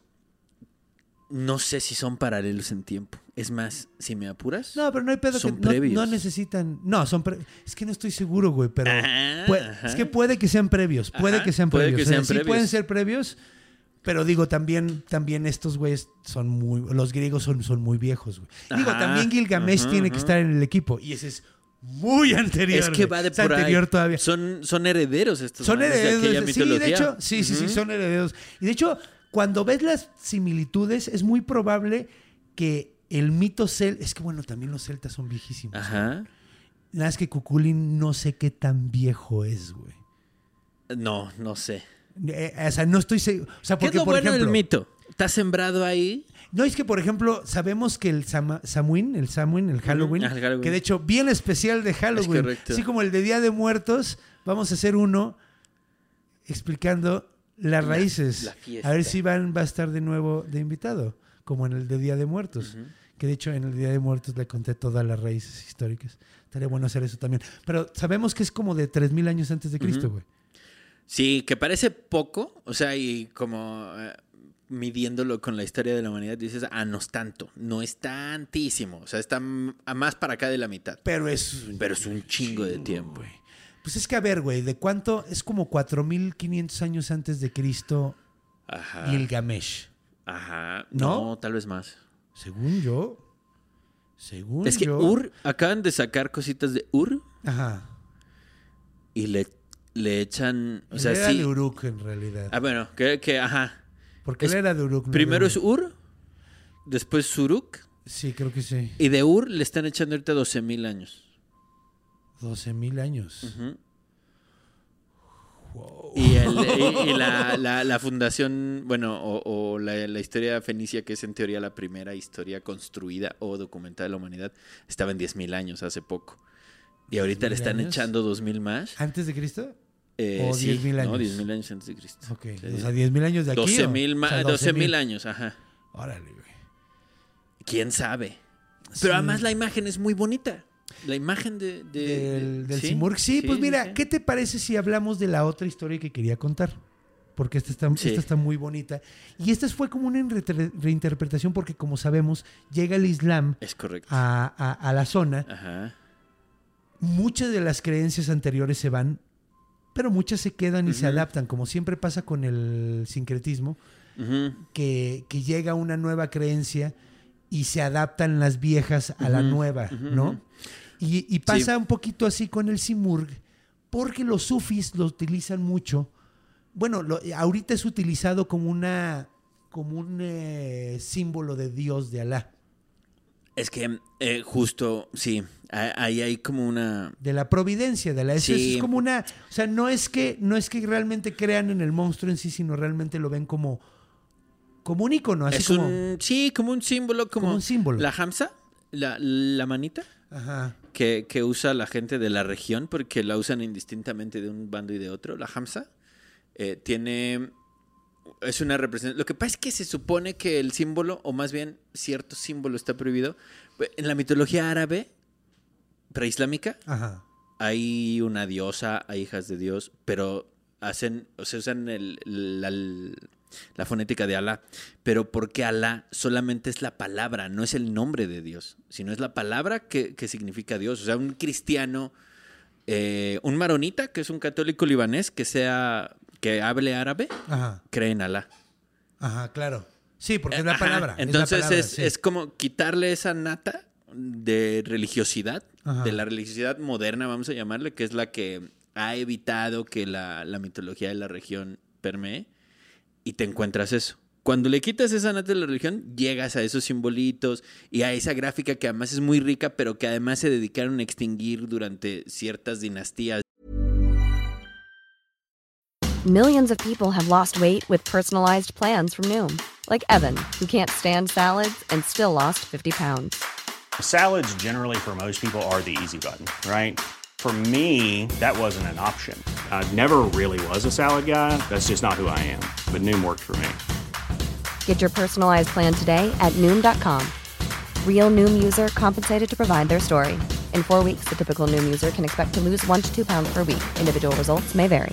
No sé si son paralelos en tiempo. Es más, si me apuras,
No, pero no hay pedo
son
que no,
previos.
no necesitan. No, son pre- es que no estoy seguro, güey, pero
Ajá,
puede-
ajá.
es que puede que sean previos, puede
Ajá,
que sean
puede
previos.
que
O sea,
sean
sí
previos.
pueden ser previos, pero digo también también estos güeyes son muy los griegos son, son muy viejos, güey. Digo,
Ajá,
también Gilgamesh
ajá,
tiene que
ajá.
estar en el equipo y ese es muy anterior.
Es que
güey.
va de
Es
por
anterior
ahí.
todavía.
Son, son herederos estos
Son
manes de
herederos.
aquella
Sí,
mitología.
de hecho, sí, sí, sí,
Ujú.
son herederos. Y de hecho, cuando ves las similitudes, es muy probable que el mito celta. Es que bueno, también los celtas son viejísimos.
Ajá.
Nada más que Cuculín no sé qué tan viejo es, güey.
No, no sé.
Eh, o sea, no estoy seguro. O sea,
¿Qué
porque,
es lo
por
bueno
ejemplo.
del mito? ¿Está sembrado ahí?
No, es que, por ejemplo, sabemos que el Sama- Samhain, el Samhain, el Halloween,
ah, el Halloween.
que de hecho, bien especial de Halloween.
correcto.
Así como el de Día de Muertos, vamos a hacer uno explicando las
La-
raíces.
la fiesta.
A ver si Van va a estar de nuevo de invitado, como en el de Día de Muertos.
Ujú.
Que de hecho en el Día de Muertos le conté todas las raíces históricas. Estaría bueno hacer eso también. Pero sabemos que es como de tres mil años antes de Cristo,
Ujú.
güey.
Sí, que parece poco, o sea, y como eh, midiéndolo con la historia de la humanidad, dices, ah, no es tanto, no es tantísimo, o sea, está m- a más para acá de la mitad,
Pero es un
pero es un chingo de tiempo.
güey. Pues es que a ver, güey, ¿de cuánto? Es como cuatro mil quinientos años antes de Cristo
Ajá,
Gilgamesh.
ajá,
¿No?
no, tal vez más.
Según yo. Según
Es que
yo.
Ur, acaban de sacar cositas de Ur
Ajá.
y le, le echan, o
Él
sea,
era
sí.
de Uruk en realidad.
Ah, bueno, que, que ajá.
Porque
es-
él era de Uruk. no
Primero
de
es Ur, después Suruk,
Sí, creo que sí.
y de Ur le están echando ahorita doce mil años.
doce mil años.
Ujú. Y, el- y- y la, la- la fundación, bueno, o, o la, la historia fenicia, que es en teoría la primera historia construida o documentada de la humanidad, estaba en diez mil años hace poco. Y ahorita le
¿diez mil
están
años?
echando dos mil más.
¿Antes de Cristo?
Eh,
¿O
sí,
diez mil
No,
años?
diez mil años antes de Cristo.
Ok.
Sí.
O sea, diez mil años de aquí.
doce
¿o?
mil
O sea,
doce mil años, ajá.
Órale, güey.
¿Quién sabe?
Sí.
Pero además la imagen es muy bonita. La imagen de... de-
Del,
de-
del
sí,
Simurg. Sí, pues mira,
sí.
¿qué te parece si hablamos de la otra historia que quería contar? Porque esta está,
Sí.
esta está muy bonita. Y esta fue como una re- reinterpretación porque, como sabemos, llega el Islam
Es correcto.
a, a- a la zona.
Ajá.
Muchas de las creencias anteriores se van, pero muchas se quedan y se
Ujú.
adaptan, como siempre pasa con el sincretismo,
Ujú.
que, que llega una nueva creencia y se adaptan las viejas a la
Ujú,
nueva,
ujú,
¿no?
ujú.
Y, y pasa un poquito así con el Simurg, porque los sufis lo utilizan mucho. Bueno, lo- ahorita es utilizado como una como un eh, símbolo de Dios, de Alá,
Es que eh, justo, sí, a- ahí hay como una...
de la providencia, de la eso
Sí.
es como una, o sea, no es que no es que realmente crean en el monstruo en sí, sino realmente lo ven como como un icono, así
es
como
un, sí, como un símbolo, como,
Como un símbolo.
La hamsa, la, la manita
ajá.
que, que usa la gente de la región, porque la usan indistintamente de un bando y de otro. La hamsa eh, tiene... Es una representación. Lo que pasa es que se supone que el símbolo, o más bien cierto símbolo está prohibido. En la mitología árabe preislámica
Ajá.
hay una diosa, hay hijas de Dios, pero hacen, o sea, usan el, la, la fonética de Alá. Pero porque Alá solamente es la palabra, no es el nombre de Dios, sino es la palabra que, que significa Dios. O sea, un cristiano, eh, un maronita, que es un católico libanés, que sea, que hable árabe,
Ajá.
cree en Alá.
Ajá, claro. Sí, porque es la
Ajá.
palabra.
Entonces
es, la palabra,
es,
sí.
es como quitarle esa nata de religiosidad,
Ajá.
de la religiosidad moderna, vamos a llamarle, que es la que ha evitado que la, la mitología de la región permee, y te encuentras eso. Cuando le quitas esa nata de la religión, llegas a esos simbolitos y a esa gráfica que además es muy rica, pero que además se dedicaron a extinguir durante ciertas dinastías.
Millions of people have lost weight with personalized plans from Noom, like Evan, who can't stand salads and still lost fifty pounds.
Salads generally for most people are the easy button, right? For me, that wasn't an option. I never really was a salad guy. That's just not who I am. But Noom worked for me.
Get your personalized plan today at Noom dot com. Real Noom user compensated to provide their story. In four weeks, the typical Noom user can expect to lose one to two pounds per week. Individual results may vary.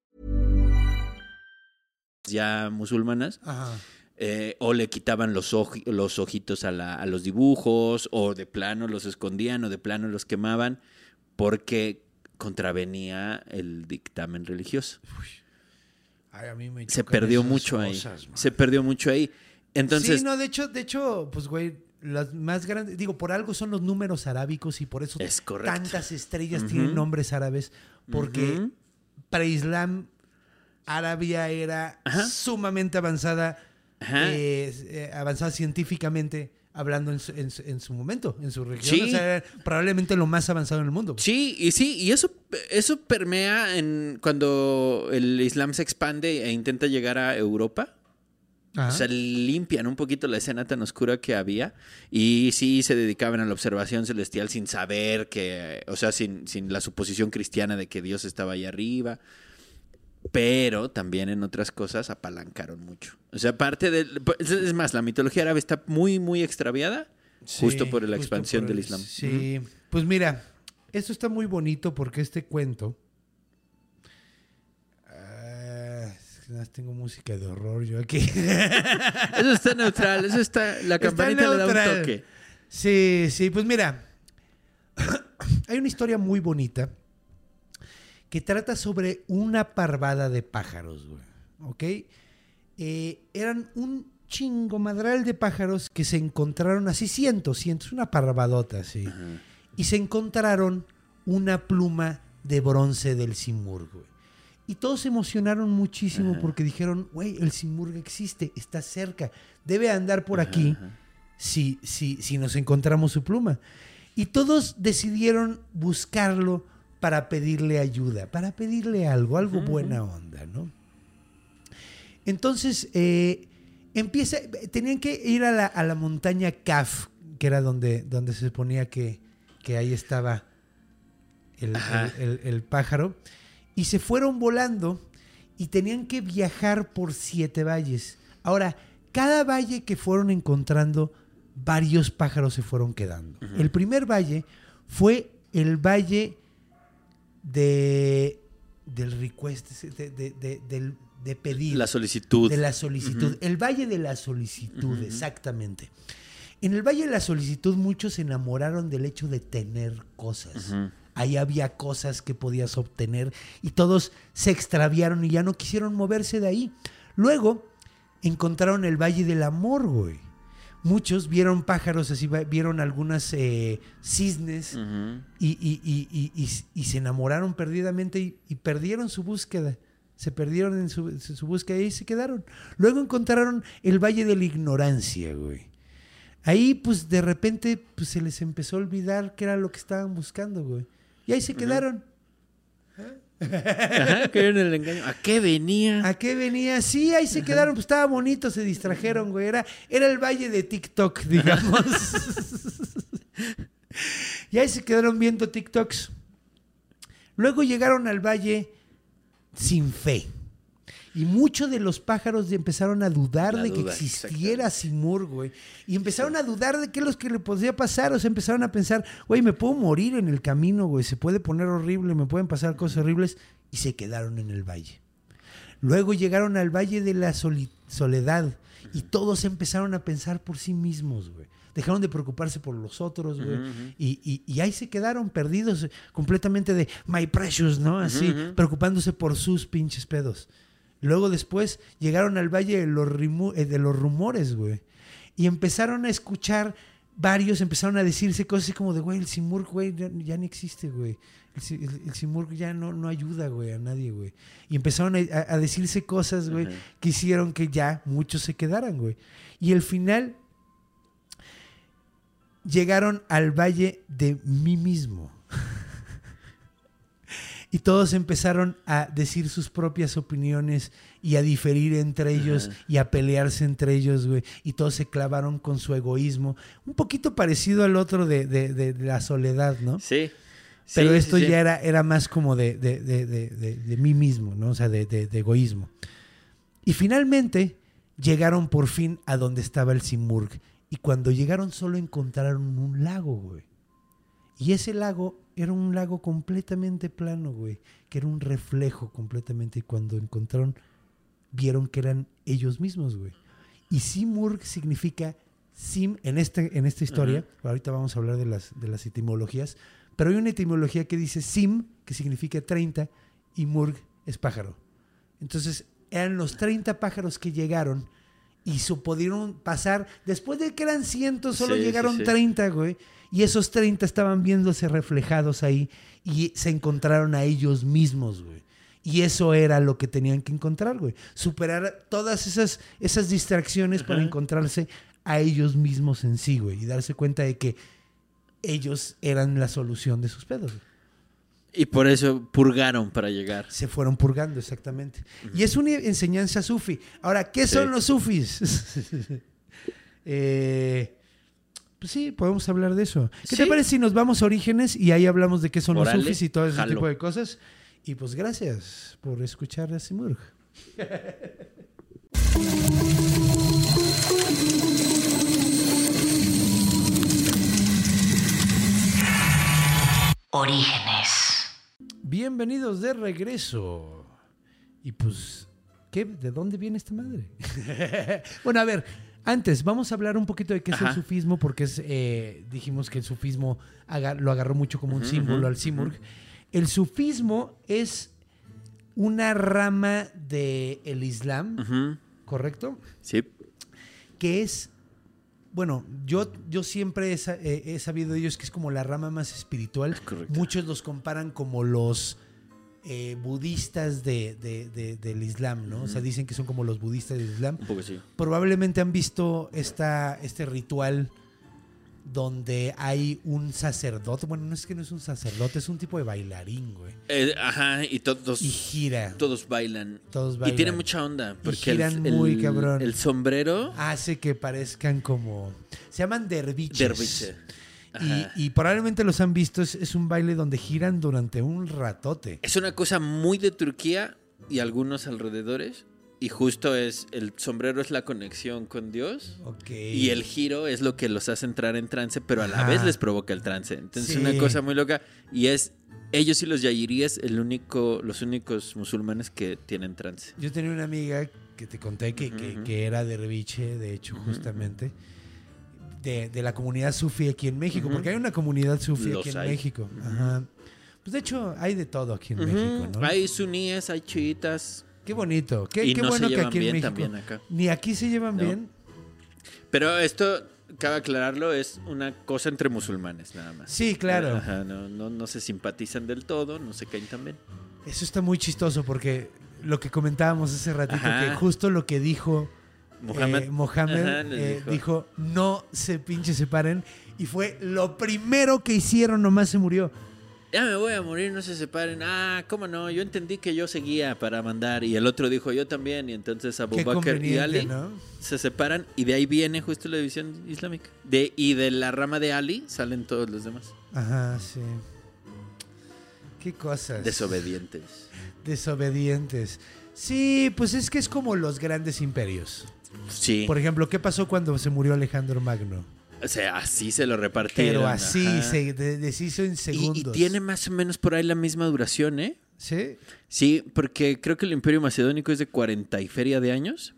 Ya musulmanas.
Ajá.
Eh, o le quitaban los, oji- los ojitos a, la, a los dibujos, o de plano los escondían, o de plano los quemaban, porque contravenía el dictamen religioso.
Ay, a mí me
Se
chocan
perdió
esas
mucho ahí.
cosas, man.
Se perdió mucho ahí. Entonces,
Sí, no, de hecho, de hecho, pues, güey, las más grandes, digo, por algo son los números arábicos y por eso
Es correcto.
tantas estrellas
Ujú.
tienen nombres árabes, porque
Ujú.
para Islam, Arabia era
Ajá.
sumamente avanzada,
Ajá.
eh, eh, avanzada científicamente hablando en su, en su- en su momento, en su región.
Sí.
O sea, era probablemente lo más avanzado en el mundo.
sí, y sí, y eso, eso permea en cuando el Islam se expande e intenta llegar a Europa.
Ajá.
O sea, limpian un poquito la escena tan oscura que había y sí se dedicaban a la observación celestial sin saber que, o sea, sin, sin la suposición cristiana de que Dios estaba ahí arriba. Pero también en otras cosas apalancaron mucho. O sea, parte del... Es más, la mitología árabe está muy, muy extraviada
Sí,
justo por la
justo
expansión
por el-
del Islam.
Sí, pues mira, esto está muy bonito porque este cuento... Ah, es que nada más tengo música de horror yo aquí.
Eso está neutral, eso está... La
Está
campanita le da un
neutral.
toque.
Sí, sí, pues mira, hay una historia muy bonita que trata sobre una parvada de pájaros, güey, ¿ok? Eh, eran un chingo madral de pájaros que se encontraron, así cientos, cientos, una parvadota, sí. Y se encontraron una pluma de bronce del Simurg, güey. Y todos se emocionaron muchísimo
Ajá.
porque dijeron, güey, el Simurg existe, está cerca, debe andar por aquí si, si, si nos encontramos su pluma. Y todos decidieron buscarlo para pedirle ayuda, para pedirle algo, algo buena onda, ¿no? Entonces, eh, empieza, tenían que ir a la, a la montaña Kaf, que era donde, donde se suponía que, que ahí estaba el,
Ajá.
el- el- el pájaro, y se fueron volando y tenían que viajar por siete valles. Ahora, cada valle que fueron encontrando, varios pájaros se fueron quedando. El primer valle fue el valle de del request, de, de, de, del- de pedir.
La solicitud.
De la solicitud.
Ujú.
El Valle de la Solicitud,
Ujú.
exactamente. En el Valle de la Solicitud muchos se enamoraron del hecho de tener cosas.
Ujú.
Ahí había cosas que podías obtener y todos se extraviaron y ya no quisieron moverse de ahí. Luego encontraron el Valle del Amor, güey. Muchos vieron pájaros así, va- vieron algunas eh, cisnes
Ujú.
y, y- y- y- y- y se enamoraron perdidamente y, y perdieron su búsqueda. Se perdieron en su, en su búsqueda y ahí se quedaron. Luego encontraron el Valle de la Ignorancia, güey. Ahí, pues, de repente, pues, se les empezó a olvidar qué era lo que estaban buscando, güey. Y ahí se quedaron.
Ajá, cayeron en el engaño. ¿A qué venía?
¿A qué venía? Sí, ahí se quedaron. Pues estaba bonito, se distrajeron, güey. Era, era el Valle de TikTok, digamos. Y ahí se quedaron viendo TikToks. Luego llegaron al Valle sin fe. Y muchos de los pájaros empezaron a dudar
La
de que
duda,
existiera Simurg, güey. Y empezaron a dudar de qué es lo que le podría pasar. O sea, empezaron a pensar, güey, me puedo morir en el camino, güey. Se puede poner horrible, me pueden pasar cosas horribles. Y se quedaron en el valle. Luego llegaron al Valle de la Soli- Soledad. Y todos empezaron a pensar por sí mismos, güey. Dejaron de preocuparse por los otros, güey.
Ujú, ujú.
y, y- y ahí se quedaron perdidos eh, completamente de my precious, ¿no? Así,
Ujú, ujú.
preocupándose por sus pinches pedos. Luego después llegaron al Valle de los, rimu- eh, de los Rumores, güey. Y empezaron a escuchar, varios empezaron a decirse cosas así como de, güey, el Simurg, güey, ya, ya no existe, güey. El, Si- el- el Simurg ya no, no ayuda, güey, a nadie, güey. Y empezaron a, a- a decirse cosas, güey,
Ajá.
que hicieron que ya muchos se quedaran, güey. Y al final llegaron al Valle de mí mismo. Y todos empezaron a decir sus propias opiniones y a diferir entre ellos y a pelearse entre ellos, güey. Y todos se clavaron con su egoísmo. Un poquito parecido al otro de, de- de- de la soledad, ¿no?
Sí.
Pero
Sí,
esto
sí, sí.
ya era, era más como de, de, de- de- de- de mí mismo, ¿no? O sea, de, de- de egoísmo. Y finalmente llegaron por fin a donde estaba el Simurgh. Y cuando llegaron solo encontraron un lago, güey. Y ese lago era un lago completamente plano, güey. Que era un reflejo completamente. Y cuando encontraron, vieron que eran ellos mismos, güey. Y Simurgh significa Sim, en, este, en esta historia, uh-huh. ahorita vamos a hablar de las, de las etimologías, pero hay una etimología que dice Sim, que significa treinta, y Murgh es pájaro. Entonces, eran los treinta pájaros que llegaron y so, pudieron pasar, después de que eran cientos, solo sí, llegaron sí, sí. treinta, güey, y esos treinta estaban viéndose reflejados ahí y se encontraron a ellos mismos, güey. Y eso era lo que tenían que encontrar, güey. Superar todas esas, esas distracciones uh-huh. para encontrarse a ellos mismos en sí, güey. Y darse cuenta de que ellos eran la solución de sus pedos, güey.
Y por eso purgaron para llegar.
Se fueron purgando, exactamente. Uh-huh. Y es una enseñanza sufi. Ahora, ¿qué sí. son los sufis? eh, pues sí, podemos hablar de eso. ¿Qué ¿Sí? te parece si nos vamos a Orígenes y ahí hablamos de qué son Orale, los sufis y todo ese jalo. tipo de cosas? Y pues gracias por escuchar a Simurgh.
Orígenes.
Bienvenidos de regreso. Y pues, ¿qué? ¿De dónde viene esta madre? Bueno, a ver, antes vamos a hablar un poquito de qué Ajá. es el sufismo, porque es, eh, dijimos que el sufismo agar- lo agarró mucho como un uh-huh, símbolo uh-huh, al Simurgh. Uh-huh. El sufismo es una rama del Islam, uh-huh. ¿correcto?
Sí.
Que es, bueno, yo, yo siempre he, eh, he sabido de ellos que es como la rama más espiritual.
Correcto.
Muchos los comparan como los eh, budistas de, de, de, del Islam, ¿no? Uh-huh. O sea, dicen que son como los budistas del Islam.
Un poco sí.
Probablemente han visto esta, este ritual donde hay un sacerdote. Bueno, no es que no es un sacerdote, es un tipo de bailarín, güey.
Eh, ajá, y todos...
Y gira.
Todos bailan.
Todos bailan.
Y tiene mucha onda. Porque
y giran
el,
muy
el,
cabrón.
El sombrero...
hace que parezcan como... Se llaman derviches.
Derviche.
Y, y probablemente los han visto. Es, es un baile donde giran durante un ratote.
Es una cosa muy de Turquía y algunos alrededores. Y justo es, el sombrero es la conexión con Dios.
Okay.
Y el giro es lo que los hace entrar en trance, pero a la Ajá. vez les provoca el trance. Entonces
sí.
es una cosa muy loca. Y es ellos y los yayiríes el único, los únicos musulmanes que tienen trance.
Yo tenía una amiga que te conté que, uh-huh. que, que era derviche, de hecho, uh-huh. justamente, de, de la comunidad sufí aquí en México, uh-huh. porque hay una comunidad sufí
los
aquí en
hay.
México.
Uh-huh.
Ajá. Pues de hecho hay de todo aquí en
uh-huh.
México, ¿no?
Hay suníes, hay chiitas.
Qué bonito, qué,
y
qué
no
bueno
se
que aquí en
bien
México.
acá.
Ni aquí se llevan
no.
bien.
Pero esto, cabe aclararlo, es una cosa entre musulmanes nada más.
Sí, claro.
Ajá, no, no, no se simpatizan del todo, no se caen tan bien.
Eso está muy chistoso porque lo que comentábamos hace ratito, Ajá. que justo lo que dijo Mohamed, eh, Mohamed Ajá, eh, dijo. dijo, no se pinche separen, y fue lo primero que hicieron, nomás se murió.
Ya me voy a morir, no se separen. Ah, ¿cómo no? Yo entendí que yo seguía para mandar. Y el otro dijo, yo también. Y entonces Abu Bakr y Ali
¿no?
se separan. Y de ahí viene justo la división islámica. De, y de la rama de Ali salen todos los demás.
Ajá, sí. Qué cosas.
Desobedientes.
Desobedientes. Sí, pues es que es como los grandes imperios.
Sí.
Por ejemplo, ¿qué pasó cuando se murió Alejandro Magno?
O sea, así se lo repartieron.
Pero así Ajá. se deshizo en segundos.
Y, y tiene más o menos por ahí la misma duración, ¿eh?
¿Sí?
Sí, porque creo que el Imperio Macedónico es de cuarenta y feria de años.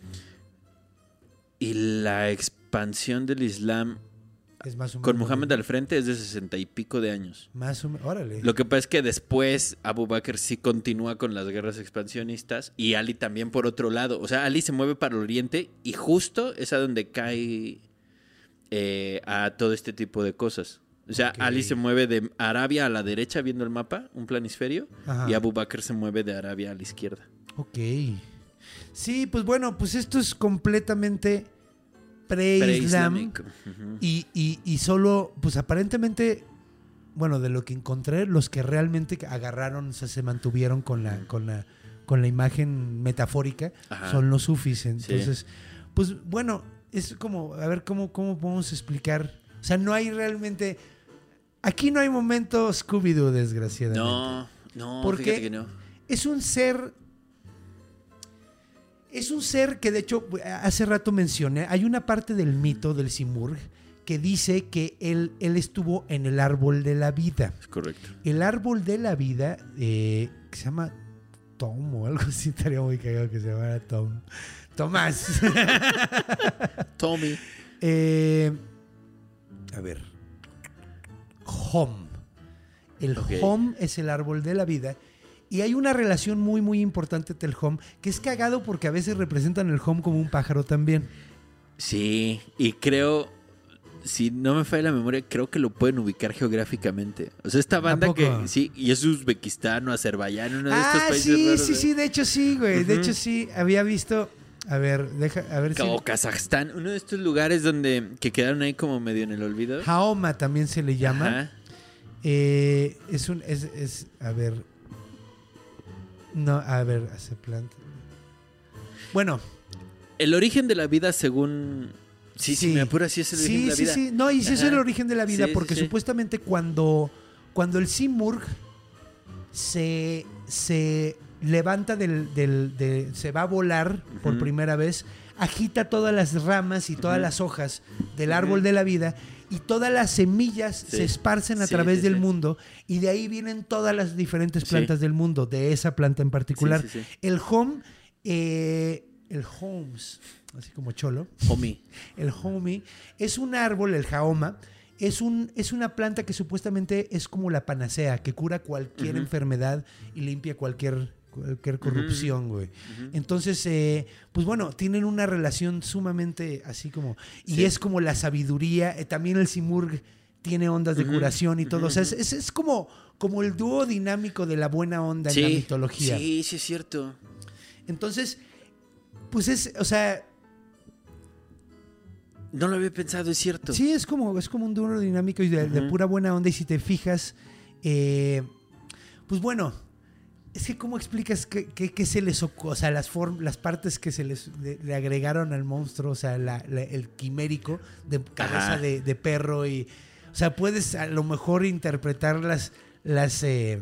Y la expansión del Islam
es más o menos
con Mohammed al frente es de sesenta y pico de años.
Más o menos, órale.
Lo que pasa es que después Abu Bakr sí continúa con las guerras expansionistas y Ali también por otro lado. O sea, Ali se mueve para el oriente y justo es a donde cae... Eh, a todo este tipo de cosas. O sea, okay. Ali se mueve de Arabia a la derecha viendo el mapa, un planisferio, Ajá. y Abu Bakr se mueve de Arabia a la izquierda.
Ok. Sí, pues bueno, pues esto es completamente pre-Islam. Uh-huh. y, y, y solo, pues aparentemente, bueno, de lo que encontré, los que realmente agarraron, o sea, se mantuvieron con la, con la, con la imagen metafórica, Ajá. son los sufis. Entonces, sí. pues bueno, es como, a ver, ¿cómo, cómo podemos explicar? O sea, no hay realmente... Aquí no hay momento Scooby-Doo, desgraciadamente.
No, no,
porque
fíjate que no.
Es un ser... Es un ser que de hecho hace rato mencioné, hay una parte del mito del Simurgh que dice que él, él estuvo en el árbol de la vida.
Es correcto.
El árbol de la vida, eh, que se llama Tom o algo así, estaría muy cagado que se llamara Tom. Tomás.
Tommy.
eh, a ver. Hom. El
Ok.
Hom es el árbol de la vida. Y hay una relación muy, muy importante entre el Hom, que es cagado porque a veces representan el Hom como un pájaro también.
Sí, y creo, si no me falla la memoria, creo que lo pueden ubicar geográficamente. O sea, esta banda
poco?
que sí, y es Uzbekistán o Azerbaiyán, uno de estos
Ah,
países
sí,
raros,
sí,
¿eh?
sí, de hecho sí, güey. De
Ujú.
hecho sí, había visto... A ver, deja, a ver si...
O Kazajstán, uno de estos lugares donde que quedaron ahí como medio en el olvido.
Haoma también se le llama.
Ajá.
Eh, es un... Es, es, a ver... No, a ver, hace planta. Bueno.
El origen de la vida según... Sí, sí,
Sí.
me apura, sí es el origen
Sí,
de la
sí,
vida.
sí. No, y sí es
Ajá.
el origen de la vida,
Sí, sí,
porque
sí.
supuestamente cuando, cuando el Simurgh se, se levanta del, del de, se va a volar por
Ujú.
primera vez, agita todas las ramas y todas
Ujú.
las hojas del árbol de la vida y todas las semillas
Sí.
se esparcen a
Sí,
través
sí,
del
sí.
mundo y de ahí vienen todas las diferentes
Sí.
plantas del mundo, de esa planta en particular.
Sí, sí, sí.
El home, eh, el homes, así como cholo.
Homie.
El homie es un árbol, el jaoma, es, un, es una planta que supuestamente es como la panacea, que cura cualquier
Ujú.
enfermedad y limpia cualquier, cualquier corrupción, güey.
Ujú.
Entonces, eh, pues bueno, tienen una relación sumamente así como... Y
Sí.
es como la sabiduría, eh, también el Simurgh tiene ondas de
Ujú.
curación y todo.
Ujú,
O sea, es,
ujú.
es, es como, como el dúo dinámico de la buena onda en la
Sí,
mitología.
sí, sí es cierto.
Entonces, pues es, o sea...
No lo había pensado, es cierto.
Sí, es como, es como un duro dinámico y de, de
Ujú.
pura buena onda. Y si te fijas, eh, pues bueno, es que ¿cómo explicas qué, qué- qué se les ocurrió? O sea, las, form- las partes que se les le, le agregaron al monstruo, o sea, la- la- el quimérico de cabeza
Ajá.
de, de perro. Y, o sea, puedes a lo mejor interpretar las, las eh,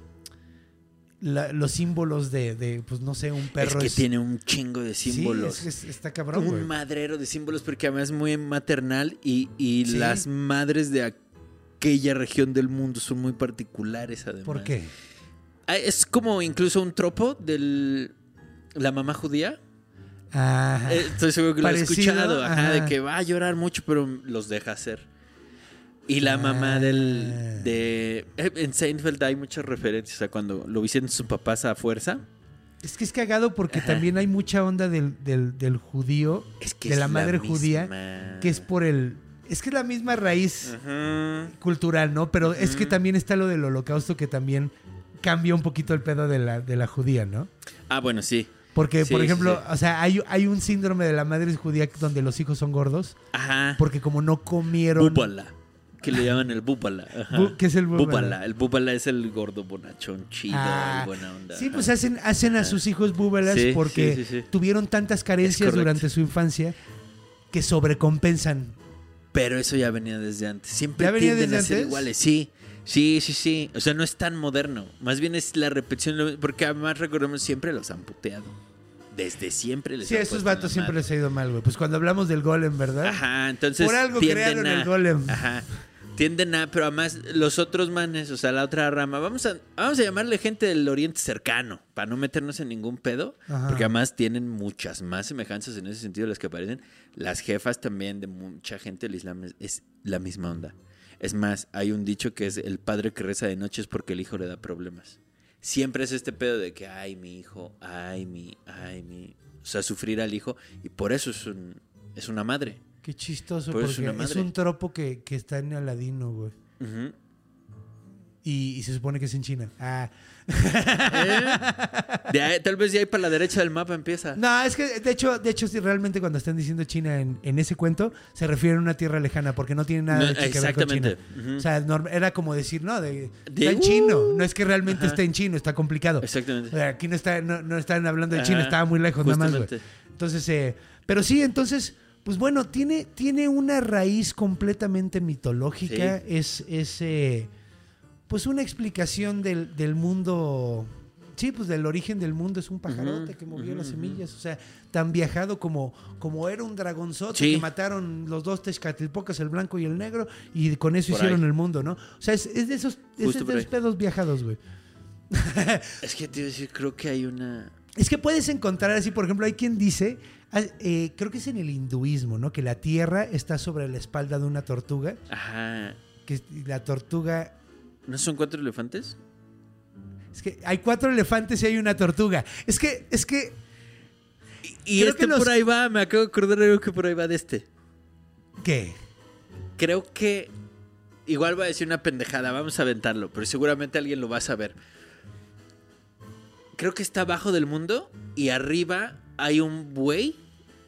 la- los símbolos de, de, pues no sé, un perro.
es que tiene un chingo de
Sí,
símbolos.
es- es- está cabrón, güey.
Un madrero de símbolos, porque además es muy maternal y, y
Sí.
las madres de aquella región del mundo son muy particulares, además.
¿Por qué?
Ah, es como incluso un tropo de la mamá judía.
Ajá.
Eh, Estoy seguro que lo he
Parecido,
escuchado, ajá,
ajá.
de que va a llorar mucho, pero los deja hacer. Y la
Ah.
mamá del de eh, en Seinfeld hay muchas referencias a cuando lo visitan sus papás a fuerza.
Es que es cagado porque
Ajá.
también hay mucha onda del, del, del judío,
Es que
de
es
la madre
misma.
judía, que es por el... Es que es la misma raíz
Ajá.
cultural, ¿no? Pero es que
Ujú.
también está lo del holocausto que también cambia un poquito el pedo de la, de la judía, ¿no?
Ah, bueno, sí.
Porque,
Sí,
por
sí,
ejemplo,
sí.
o sea, hay, hay un síndrome de la madre judía donde los hijos son gordos
Ajá.
porque como no comieron...
Búbala. Que le llaman el búbala. Ajá.
Bu- ¿qué es el búbala?
Búbala. El búbala es el gordo bonachón chido
Ah,
y buena onda.
sí,
Ajá.
pues hacen, hacen a
Ajá.
sus hijos búbalas
Sí,
porque
sí, sí, sí.
tuvieron tantas
Es
carencias
correcto.
durante su infancia que sobrecompensan.
Pero eso ya venía desde antes. Siempre
¿Ya venía
tienden
desde
a ser
antes?
iguales. Sí, sí, sí, sí. O sea, no es tan moderno. Más bien es la repetición. de lo- Porque además recordemos siempre los han puteado. Desde siempre les
Sí, a
han
esos
puesto en
vatos
la
siempre
madre.
les ha ido mal, güey. Pues cuando hablamos del golem, ¿verdad?
Ajá, entonces.
Por algo
tienden
crearon
a-
el golem.
Ajá. Tienden a, pero además los otros manes, o sea, la otra rama, vamos a, vamos a llamarle gente del Oriente Cercano, para no meternos en ningún pedo,
Ajá.
porque además tienen muchas más semejanzas en ese sentido las que aparecen. Las jefas también de mucha gente del Islam es, es la misma onda. Es más, hay un dicho que es el padre que reza de noche es porque el hijo le da problemas. Siempre es este pedo de que, ay, mi hijo, ay, mi, ay, mi... O sea, sufrir al hijo, y por eso es, un, es una madre.
Qué chistoso,
Pues es
porque
una
es,
madre.
un tropo que, que está en Aladino, güey.
Ujú.
Y, y se supone que es en China. Ah.
¿Eh? De ahí- tal vez de ahí para la derecha del mapa empieza.
No, es que de hecho, de hecho, sí, realmente cuando están diciendo China en, en ese cuento, se refieren a una tierra lejana, porque no tiene nada
No,
de que ver con China.
exactamente. Ujú.
O sea, norm- era como decir, no, de,
De-
está en chino.
uh.
No es que realmente
Ajá.
esté en chino, está complicado.
Exactamente.
O sea, aquí no, está, no, no están hablando de China,
Ajá,
estaba muy lejos nada más, güey.
justamente.
Entonces, eh, pero sí, entonces, pues bueno, tiene, tiene una raíz completamente mitológica.
Sí.
Es, es eh, pues una explicación del, del mundo Sí, pues del origen del mundo es un pajarote
Ujú,
que movió
ujú,
las
ujú.
semillas. O sea, tan viajado como, como era un dragonzote
Sí.
que mataron los dos Tezcatlpocas, el blanco y el negro, y con eso
Por
hicieron
ahí.
el mundo, ¿no? O sea, es, es de esos, es
Justo
de
por
esos
ahí.
pedos viajados, güey.
Es que te iba a decir, creo que hay una...
Es que puedes encontrar así, por ejemplo, hay quien dice, ah, eh, creo que es en el hinduismo, ¿no? Que la tierra está sobre la espalda de una tortuga,
Ajá.
que la tortuga...
¿No son cuatro elefantes?
Es que hay cuatro elefantes y hay una tortuga. Es que, es que...
Y
Creo
este
que los-
por ahí va, me acabo de acordar de algo que por ahí va de este.
¿Qué?
Creo que... Igual va a decir una pendejada, vamos a aventarlo, pero seguramente alguien lo va a saber. Creo que está abajo del mundo y arriba hay un buey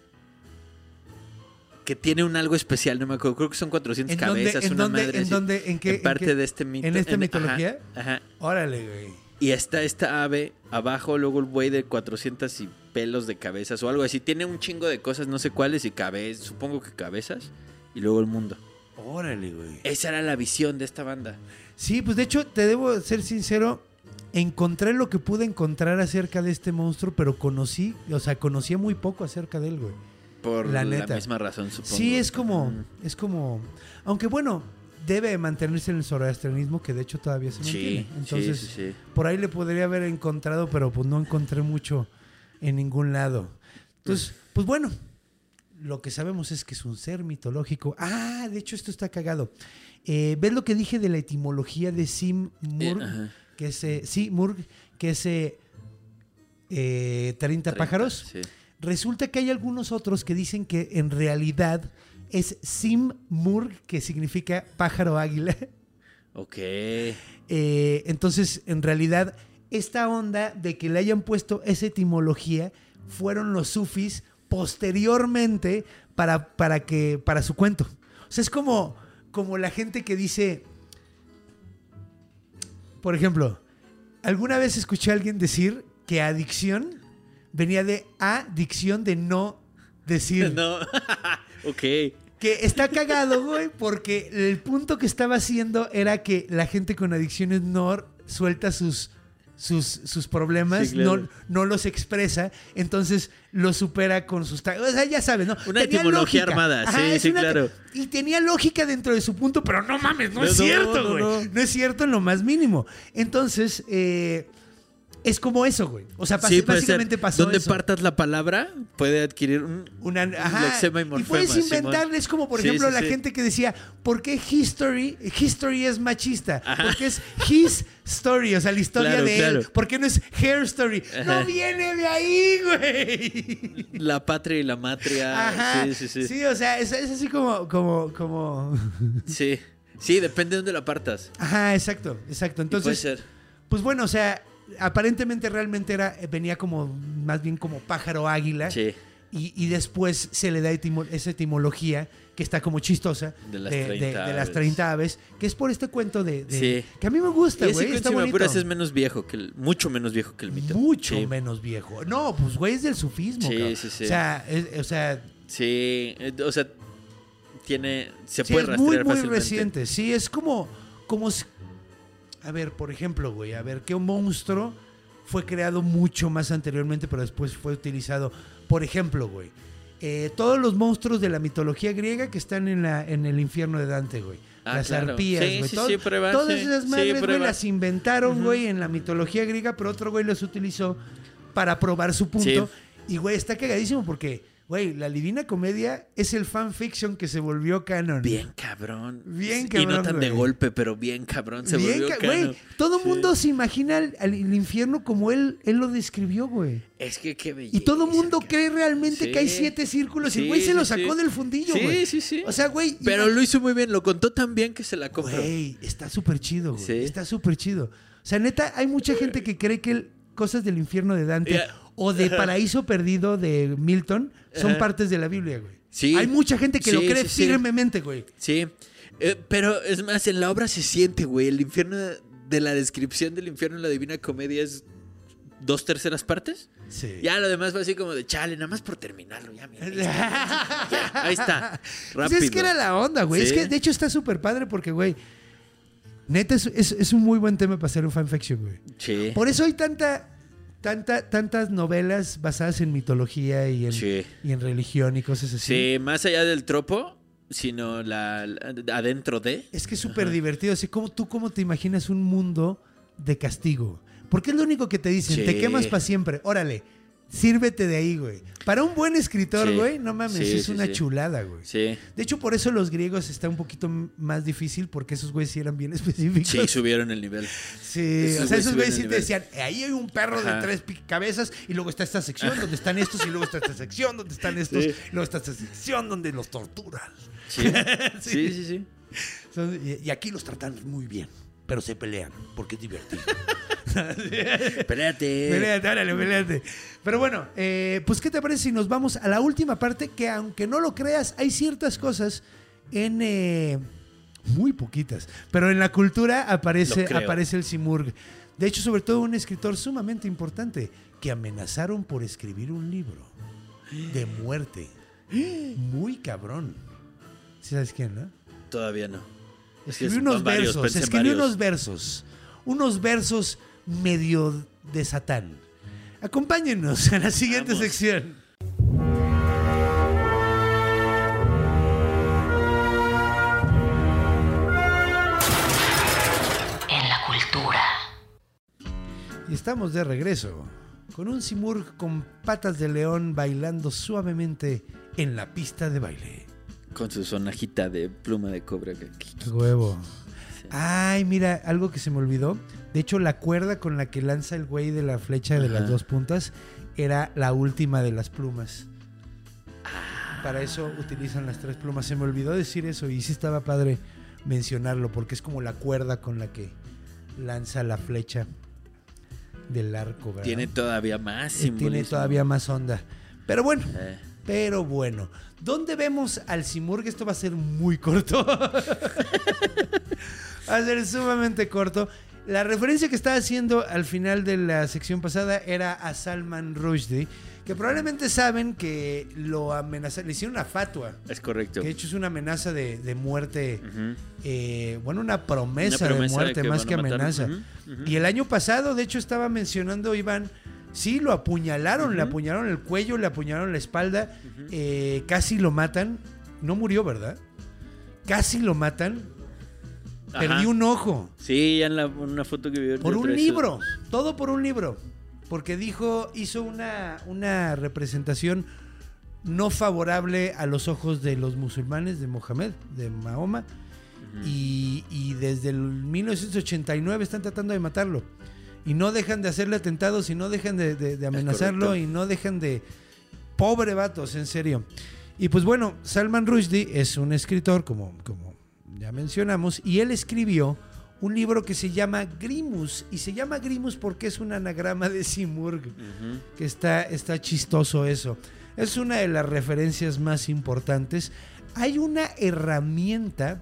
que tiene un algo especial, no me acuerdo, creo que son cuatrocientas
¿En dónde-
cabezas,
en
una
dónde-
madre
en
así.
dónde- en qué-
En
en
parte
qué-
de este mito.
en esta
ajá,
mitología?
Ajá.
Órale, güey.
Y está esta ave abajo, luego el buey de cuatrocientas y pelos de cabezas o algo así. Tiene un chingo de cosas, no sé cuáles, y cabezas, supongo que cabezas, y luego el mundo.
Órale, güey.
Esa era la visión de esta banda.
Sí, pues de hecho, te debo ser sincero, encontré lo que pude encontrar acerca de este monstruo, pero conocí, o sea, conocía muy poco acerca de él, güey.
Por
La
la,
neta.
misma razón, supongo.
Sí, es como,
Mm.
es como, aunque bueno, debe mantenerse en el zoroastrianismo, que de hecho todavía se mantiene.
Sí,
Entonces,
sí, sí, sí.
por ahí le podría haber encontrado, pero pues no encontré mucho en ningún lado. Entonces, pues bueno, lo que sabemos es que es un ser mitológico. Ah, de hecho esto está cagado. Eh, ¿Ves lo que dije de la etimología de Sim-Murg?
Eh, ajá.
que es eh, Simurg, que es eh, eh, treinta pájaros.
Sí.
Resulta que hay algunos otros que dicen que en realidad es Sim-Murg, que significa pájaro águila.
Ok.
Eh, entonces, en realidad, esta onda de que le hayan puesto esa etimología fueron los sufis posteriormente para, para, que, para su cuento. O sea, es como, como la gente que dice, por ejemplo, alguna vez escuché a alguien decir que adicción venía de adicción de no decir.
No. Ok.
Que está cagado, güey, porque el punto que estaba haciendo era que la gente con adicciones no suelta sus, sus, sus problemas,
Sí, claro.
no, no los expresa, entonces los supera con sus... ta- O sea, ya sabes, ¿no?
Una
Tenía
etimología
lógica.
armada, sí,
es
sí, claro.
Y tenía lógica dentro de su punto, pero no mames, no,
No,
es
no,
cierto,
no,
güey. No,
no.
es cierto en lo más mínimo. Entonces, eh, es como eso, güey. O sea, pas-
Sí, puede
básicamente
ser.
pasó
Donde
eso.
partas la palabra, puede adquirir un,
Una,
un
ajá,
lexema y
y
morfema.
puedes
Simón.
inventarles como por
Sí,
ejemplo
sí,
la
sí.
gente que decía ¿por qué history history es machista?
Ajá.
Porque es his story, o sea la historia
Claro,
de
claro.
él. ¿Por qué no es her story?
Ajá.
No viene de ahí, güey.
La patria y la matria.
Ajá.
Sí, sí, sí.
Sí, o sea, es, es así como como como
Sí. Sí, depende de dónde la partas.
ajá, exacto, exacto.
Y puede
Entonces,
ser.
pues bueno, o sea, aparentemente realmente era venía como más bien como pájaro águila.
Sí.
Y, y después se le da etimo- esa etimología que está como chistosa
De las
de,
treinta
de las
aves.
treinta aves, que es por este cuento de, de-
Sí.
que a mí me gusta,
Y ese
güey,
cuento,
está
si me
bonito.
apuras, es menos viejo que el, mucho menos viejo que el mito.
Mucho
Sí.
menos viejo. No, pues güey, es del sufismo,
Sí,
cabrón.
sí, sí.
O sea, es- o sea,
Sí, eh, o sea, tiene, se
sí,
puede
es
rastrear
muy, muy
fácilmente.
reciente. Sí, es como, como si- a ver, por ejemplo, güey, a ver, que un monstruo fue creado mucho más anteriormente, pero después fue utilizado. Por ejemplo, güey, eh, todos los monstruos de la mitología griega que están en, la, en el infierno de Dante, güey.
Ah,
las
claro.
arpías,
Sí,
güey.
sí,
todo-
sí, prueba,
todas
sí.
esas
Sí,
madres, güey,
prueba.
las inventaron,
Ujú.
güey, en la mitología griega, pero otro güey las utilizó para probar su punto.
Sí.
Y, güey, está cagadísimo porque, güey, la Divina Comedia es el fanfiction que se volvió canon.
Bien cabrón.
Bien
Y
cabrón,
no tan de
güey.
golpe, pero bien cabrón. Se
Bien,
volvió
ca-
canon.
güey, todo
Sí.
mundo se imagina el, el- el infierno como él, él lo describió, güey.
Es que qué belleza.
Y todo mundo
cabrón.
cree realmente
Sí.
que hay siete círculos y el
Sí,
güey se
sí,
lo
sí.
sacó del fundillo,
Sí,
güey.
sí, sí.
O sea, güey.
Pero
iba-
lo hizo muy bien, lo contó tan bien que se la compró.
Güey, está súper chido, güey.
Sí.
Está súper chido. O sea, neta, hay mucha gente que cree que el- cosas del infierno de Dante
Ya.
o de Paraíso Perdido de Milton son
Ajá.
partes de la Biblia, güey.
Sí.
Hay mucha gente que lo
Sí,
cree
sí, sí.
firmemente, güey.
Sí. Eh, pero es más, en la obra se siente, güey. El infierno de la descripción del infierno en la Divina Comedia es dos terceras partes.
Sí.
Ya lo demás fue así como de chale, nada más por terminarlo. Ya, mira, ahí está. Ya, ahí está.
Pues
Rápido.
es que era la onda, güey.
Sí.
Es que de hecho está súper padre porque, güey, neta es, es- es un muy buen tema para hacer un fanfiction, güey.
Sí.
Por eso hay tanta, tanta, tantas novelas basadas en mitología y en,
Sí.
y en religión y cosas así.
Sí, más allá del tropo, sino la, la- adentro de.
Es que es súper divertido. Así como tú, ¿cómo te imaginas un mundo de castigo? Porque es lo único que te dicen.
Sí.
Te quemas para siempre. Órale, sírvete de ahí, güey. Para un buen escritor,
Sí.
güey, no mames,
Sí,
es
sí,
una
sí.
chulada, güey.
Sí,
De hecho, por eso los griegos está un poquito m- más difícil, porque esos güeyes sí eran bien específicos.
sí, subieron el nivel.
Sí,
Esos
o sea,
güeyes
esos
suben
güeyes
el
sí te
nivel.
decían, ahí hay un perro de
Ajá.
tres pi- cabezas y luego está esta sección donde están estos y luego está esta sección donde están estos
Sí.
y luego está esta sección donde los torturan.
Sí, sí, sí, sí.
Son- y, y aquí los tratan muy bien, pero se pelean porque es divertido.
Espérate.
Peleate, órale, peleate. Pero bueno, eh, pues ¿qué te parece si nos vamos a la última parte? Que aunque no lo creas, hay ciertas cosas en... eh, muy poquitas, pero en la cultura aparece,
Lo creo.
aparece el Simurg. De hecho, sobre todo un escritor sumamente importante que amenazaron por escribir un libro de muerte. Muy cabrón. ¿Sí sabes quién, no?
Todavía no. Es que
Escribió
son
unos
varios,
versos,
pensé en
escribió
varios.
unos versos, unos versos medio de Satán. Acompáñenos a la siguiente
Vamos.
sección.
En la cultura.
Y estamos de regreso con un Simurg con patas de león bailando suavemente en la pista de baile.
Con su sonajita de pluma de cobra. que-
¡Qué huevo! Ay, mira, algo que se me olvidó. De hecho, la cuerda con la que lanza el güey de la flecha de las
Ajá.
dos puntas era la última de las plumas. Para eso utilizan las tres plumas. Se me olvidó decir eso y sí estaba padre mencionarlo porque es como la cuerda con la que lanza la flecha del arco, ¿verdad?
Tiene todavía más
Eh, Tiene
simbolismo.
todavía más onda. Pero bueno,
Eh.
pero bueno. ¿Dónde vemos al Simurg? Esto va a ser muy corto. Va a ser sumamente corto. La referencia que estaba haciendo al final de la sección pasada era a Salman Rushdie, que probablemente saben que lo amenazaron, le hicieron una fatua,
Es correcto.
que de hecho es una amenaza de, de muerte,
Ujú.
eh, bueno, una promesa,
Una promesa
de
de
muerte
que
más
van
que
a matar.
amenaza.
Ujú, ujú.
Y el año pasado, de hecho, estaba mencionando, Iván, sí, lo apuñalaron, le apuñalaron el cuello, le apuñalaron la espalda, eh, casi lo matan. No murió, ¿verdad? Casi lo matan.
Ajá.
Perdí un ojo.
Sí, ya en la, una foto que vi.
Por un
trae su-
libro. Todo por un libro. Porque dijo, hizo una, una representación no favorable a los ojos de los musulmanes, de Mohamed, de Mahoma. y, y desde el mil novecientos ochenta y nueve están tratando de matarlo. Y no dejan de hacerle atentados y no dejan de, de- de amenazarlo
correcto.
y no dejan de... Pobre vatos, en serio. Y pues bueno, Salman Rushdie es un escritor, como, como ya mencionamos, y él escribió un libro que se llama Grimus. Y se llama Grimus porque es un anagrama de Simurg.
Ujú.
Que está, está chistoso eso. Es una de las referencias más importantes. Hay una herramienta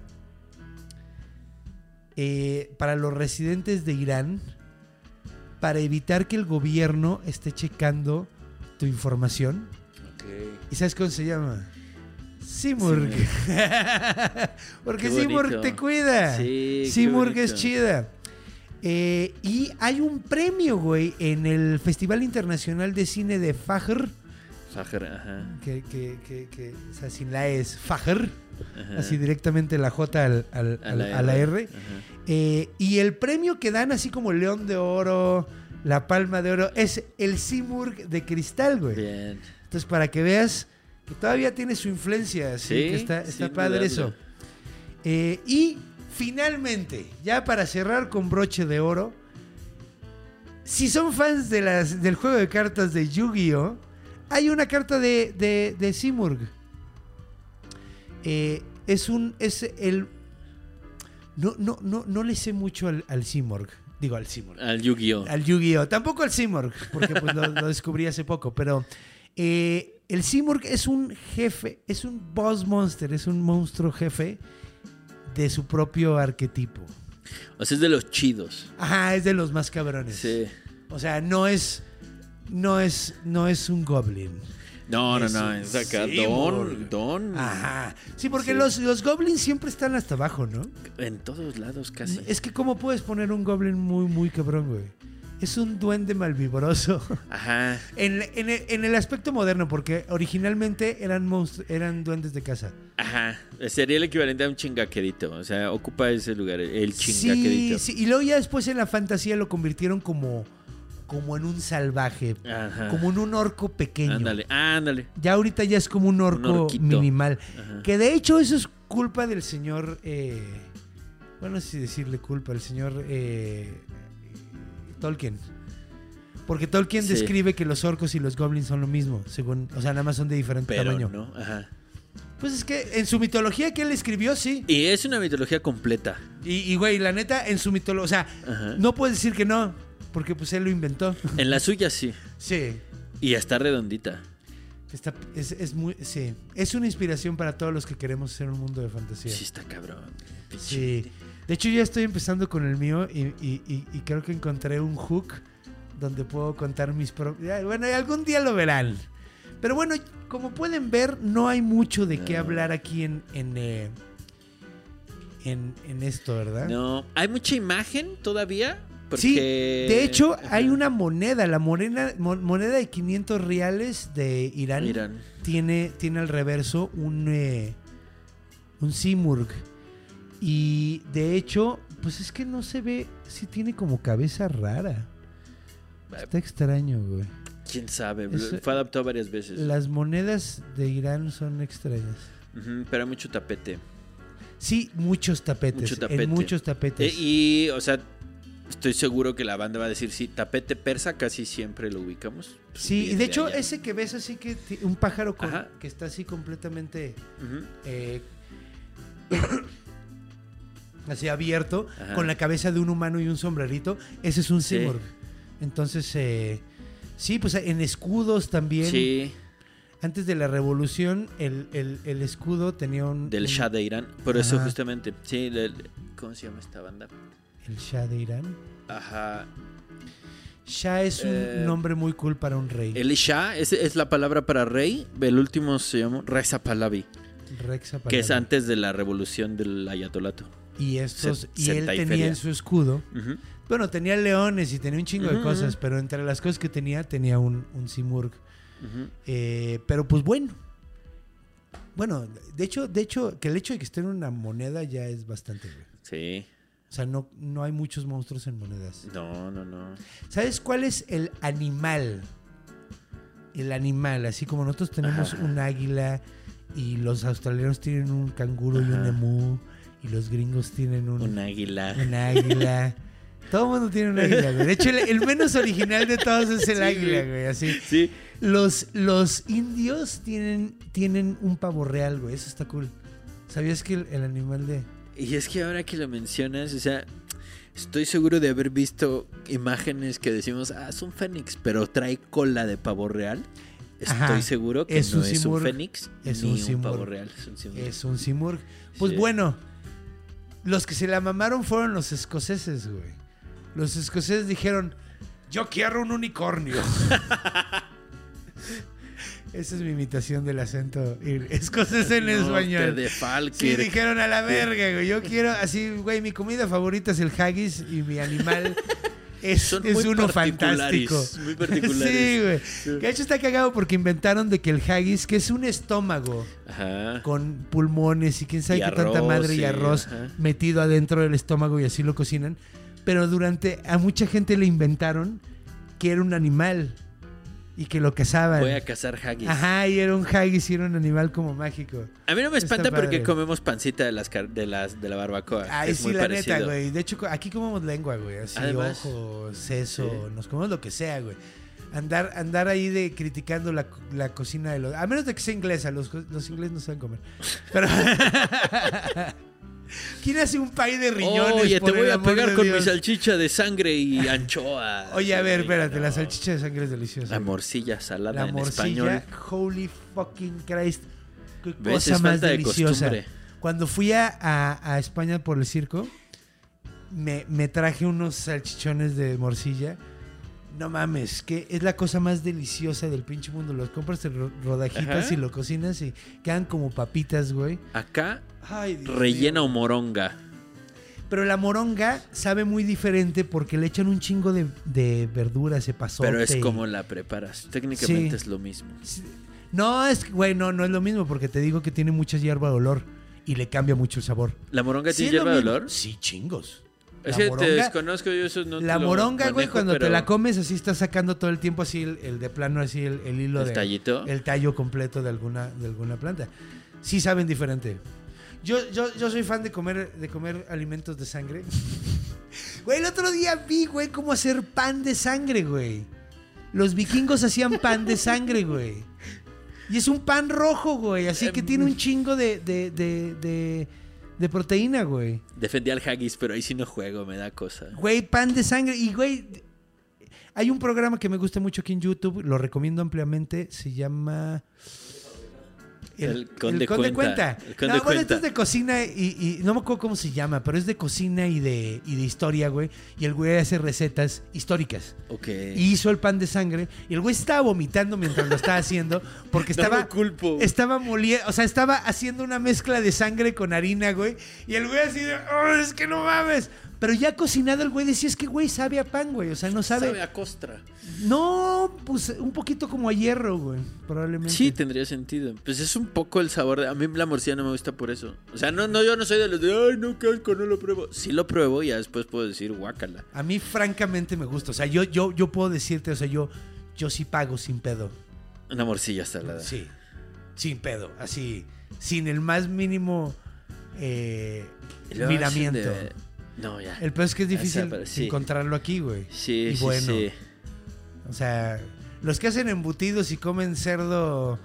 eh, para los residentes de Irán para evitar que el gobierno esté checando tu información.
Ok.
¿Y sabes cómo se llama? Simurg. Porque
Qué
Simurg
bonito.
te cuida.
Sí, qué
Simurg es
bonito.
chida. Eh, y hay un premio, güey, en el Festival Internacional de Cine de Fajr.
Fajr, ajá.
Que, que, que, que, o sea, sin la E es Fajr.
Ajá.
Así directamente la J al, al-
A
al-
la
a la R.
R. Ajá.
Eh, y el premio que dan, así como el León de Oro, la Palma de Oro, es el Simurg de cristal, güey.
Bien.
Entonces, para que veas que todavía tiene su influencia, así
Sí,
que está,
sí,
está padre
indudable.
eso. Eh, y finalmente, ya para cerrar con broche de oro, si son fans de las, del juego de cartas de Yu-Gi-Oh, hay una carta de, de, de Simurg. Eh, es un. Es el. No, no, no, no le sé mucho al, al Simurg. Digo, al Simurg.
Al Yu-Gi-Oh.
Al Yu-Gi-Oh. Tampoco al Simurg, porque pues lo, lo descubrí hace poco. Pero eh, el Simurg es un jefe, es un boss monster, es un monstruo jefe de su propio arquetipo.
O sea, es de los chidos.
Ajá, es de los más cabrones.
Sí.
O sea, no es. No es. No es un goblin.
No, no,
Es
no.
un
Es acá
Simurg.
Don. Don.
Ajá. Sí, porque
Sí.
Los, los goblins siempre están hasta abajo, ¿no?
En todos lados casi.
Es que, ¿cómo puedes poner un goblin muy, muy cabrón, güey? es un duende malvibroso.
Ajá.
En, en, el, en el aspecto moderno, porque originalmente eran monstru- eran duendes de casa.
Ajá. Sería el equivalente a un chingaquerito. O sea, ocupa ese lugar, el chingaquerito.
Sí, sí, y luego ya después en la fantasía lo convirtieron como, como en un salvaje,
Ajá.
como en un orco pequeño.
Ándale, ándale.
Ya ahorita ya es como un orco
Un orquito.
minimal.
Ajá.
Que de hecho eso es culpa del señor... Eh, bueno, no sé si decirle culpa, el señor eh, Tolkien. Porque Tolkien
Sí.
describe que los orcos y los goblins son lo mismo, según, o sea, nada más son de diferente
Pero
tamaño.
no, ajá.
Pues es que en su mitología que él escribió, sí.
Y es una mitología completa.
Y, y güey, la neta, en su mitología, o sea,
Ajá.
no puedes decir que no, porque pues él lo inventó.
En la suya sí.
Sí.
Y está redondita.
Está, es, es muy, sí. Es una inspiración para todos los que queremos hacer un mundo de fantasía.
Sí, está cabrón. Pinche-
Sí. De hecho, ya estoy empezando con el mío y, y- y- y creo que encontré un hook donde puedo contar mis propios... Bueno, algún día lo verán. Pero bueno, como pueden ver, no hay mucho de qué
No.
hablar aquí en, en, eh, en, en esto, ¿verdad?
No, hay mucha imagen todavía. Porque...
Sí, de hecho,
Ajá.
hay una moneda, la moneda, mon- moneda de quinientos reales de Irán,
Irán.
Tiene, tiene al reverso un, eh, un Simurg. Y de hecho, pues es que no se ve, sí tiene como cabeza rara. Está extraño, güey.
¿Quién sabe?
Eso-
Fue adaptado varias veces.
Las monedas de Irán son extrañas.
Ujú, pero hay mucho tapete.
Sí, muchos tapetes.
Mucho tapete.
En muchos tapetes.
Eh, y, o sea, estoy seguro que la banda va a decir, sí, tapete persa casi siempre lo ubicamos. Pues,
Sí, y
viene
de hecho,
allá.
ese que ves así que ti- un pájaro con-
Ajá.
que está así completamente
Ujú.
eh, así abierto,
Ajá.
con la cabeza de un humano y un sombrerito, ese es un
Sí.
Simurg. Entonces, eh, sí, pues en escudos también.
Sí,
Antes de la revolución, el, el- el escudo tenía un...
del
un-
Shah de Irán. Por eso,
Ajá.
justamente. Sí, el- ¿cómo se llama esta banda?
El Shah de Irán.
Ajá.
Shah es un
Eh,
nombre muy cool para un rey.
El Shah es, es la palabra para rey. El último se llama Reza Pahlavi,
Rexa
que es
Pahlavi.
antes de la revolución del ayatolato.
Y estos...
Se-
y él
senta y
tenía
feria.
en su escudo...
Ujú.
Bueno, tenía leones y tenía un chingo de
Ujú,
cosas,
ujú.
pero entre las cosas que tenía, tenía un, un Simurg.
Ujú.
Eh, pero pues bueno. Bueno, de hecho, de hecho, que el hecho de que esté en una moneda ya es bastante, güey.
Sí.
O sea, no, no hay muchos monstruos en monedas.
No, no, no.
¿Sabes cuál es el animal? El animal, así como nosotros tenemos
Ajá.
un águila y los australianos tienen un canguro y un
Ajá.
emú y los gringos tienen un,
Un águila.
un águila. Todo el mundo tiene un águila, güey. De hecho, el, el menos original de todos es el
Sí,
águila,
güey.
güey. Así.
Sí.
Los, los indios tienen, tienen un pavo real, güey. Eso está cool. ¿Sabías que el, el animal de...
Y es que ahora que lo mencionas, o sea, estoy seguro de haber visto imágenes que decimos, ah, es un fénix, pero trae cola de pavo real. Estoy
Ajá.
seguro que
Es
no
un
es
simurg.
un fénix
Es
ni
un
un,
simurg.
pavo real. Es un simurg.
Es un Simurg? Pues
Sí.
bueno, los que se la mamaron fueron los escoceses, güey. Los escoceses dijeron, yo quiero un unicornio. Esa es mi imitación del acento ir- escocés en
No,
español.
te de
Sí,
Falkirk.
dijeron a la verga, güey. Yo quiero, así, güey, mi comida favorita es el haggis y mi animal es,
Son
es
muy
uno
particulares,
fantástico.
muy particulares.
Sí, güey. Que de hecho está cagado porque inventaron de que el haggis, que es un estómago
Ajá.
con pulmones y quién sabe
Y
qué tanta
arroz,
madre y
sí,
arroz
ajá.
metido adentro del estómago y así lo cocinan. Pero durante, a mucha gente le inventaron que era un animal y que lo cazaban.
Voy a cazar haggis.
Ajá, y era un haggis y era un animal como mágico.
A mí no me
Está
espanta porque
padre.
comemos pancita de las, car- de las de la barbacoa.
Ay,
es
sí,
muy
la
parecido.
neta, güey. De hecho, aquí comemos lengua, güey. Así,
Además,
ojo, seso,
sí.
nos comemos lo que sea, güey. Andar, andar ahí de criticando la, la cocina de los... A menos de que sea inglesa, los, los ingleses no saben comer. Pero... ¿Quién hace un pay de riñones?
Oye,
por
te voy
el
a
amor
pegar
de
con
Dios?
mi salchicha de sangre y anchoa.
Oye, a ver,
Sí,
espérate,
no.
la salchicha de sangre es deliciosa.
La morcilla salada
La
en
morcilla,
español.
holy fucking Christ. Qué
¿Ves?
cosa
Es
más
falta de
deliciosa.
costumbre.
Cuando fui a, a- a España por el circo, me, me traje unos salchichones de morcilla. No mames, que es la cosa más deliciosa del pinche mundo. Los compras en ro- rodajitas
Ajá.
y lo cocinas y quedan como papitas, güey.
Acá,
Ay, Dios
rellena
mío.
o moronga.
Pero la moronga sabe muy diferente porque le echan un chingo de, de verduras, epazote.
Pero es
y-
como la preparas. Técnicamente
Sí.
es lo mismo.
No, es güey, no, no es lo mismo porque te digo que tiene mucha hierba de olor y le cambia mucho el sabor.
¿La moronga
Sí,
tiene
es lo
hierba de
mismo.
olor?
Sí, chingos.
Es
La
que te
moronga-
desconozco, yo eso no te
La
lo
moronga, güey,
manejo,
cuando te
pero
la comes así estás sacando todo el tiempo así el, el de plano, así el, el hilo
¿El
de...
tallito?
El tallo completo de alguna, de alguna planta. Sí saben diferente. Yo, yo, yo soy fan de comer, de comer alimentos de sangre. Güey, el otro día vi, güey, cómo hacer pan de sangre, güey. Los vikingos hacían pan de sangre, güey. Y es un pan rojo, güey. Así que tiene un chingo de, de, de, de, de proteína, güey.
Defendí al haggis, pero ahí sí no juego, me da cosa.
Güey, pan de sangre. Y, güey, hay un programa que me gusta mucho aquí en YouTube. Lo recomiendo ampliamente. Se llama...
El Conde
Conde
Cuenta. El Conde
no, bueno,
Cuenta.
esto es de cocina y, y no me acuerdo cómo se llama, pero es de cocina y de, y de historia, güey. Y el güey hace recetas históricas.
Ok.
Y hizo el pan de sangre. Y el güey estaba vomitando mientras lo estaba haciendo. Porque
No
estaba.
lo culpo.
Estaba moliendo. O sea, estaba haciendo una mezcla de sangre con harina, güey. Y el güey así de. ¡Oh, es que no mames! Pero ya cocinado el güey decía, es que güey sabe a pan, güey. O sea, no sabe.
Sabe a costra.
No, pues un poquito como a hierro, güey. Probablemente.
Sí, tendría sentido. Pues es un poco el sabor de... A mí la morcilla no me gusta por eso. O sea, no, no, yo no soy de los de... Ay, no, qué asco, no lo pruebo. Sí lo pruebo y ya después puedo decir guácala.
A mí, francamente, me gusta. O sea, yo, yo, yo puedo decirte, o sea, yo, yo sí pago sin pedo.
Una morcilla salada.
Sí, sin pedo. Así, sin el más mínimo eh,
Y luego
miramiento.
hacen de- No, ya.
El peor es que es
O sea,
difícil
pero sí.
encontrarlo aquí, güey.
Sí,
y
sí,
bueno,
sí.
o sea, los que hacen embutidos y comen cerdo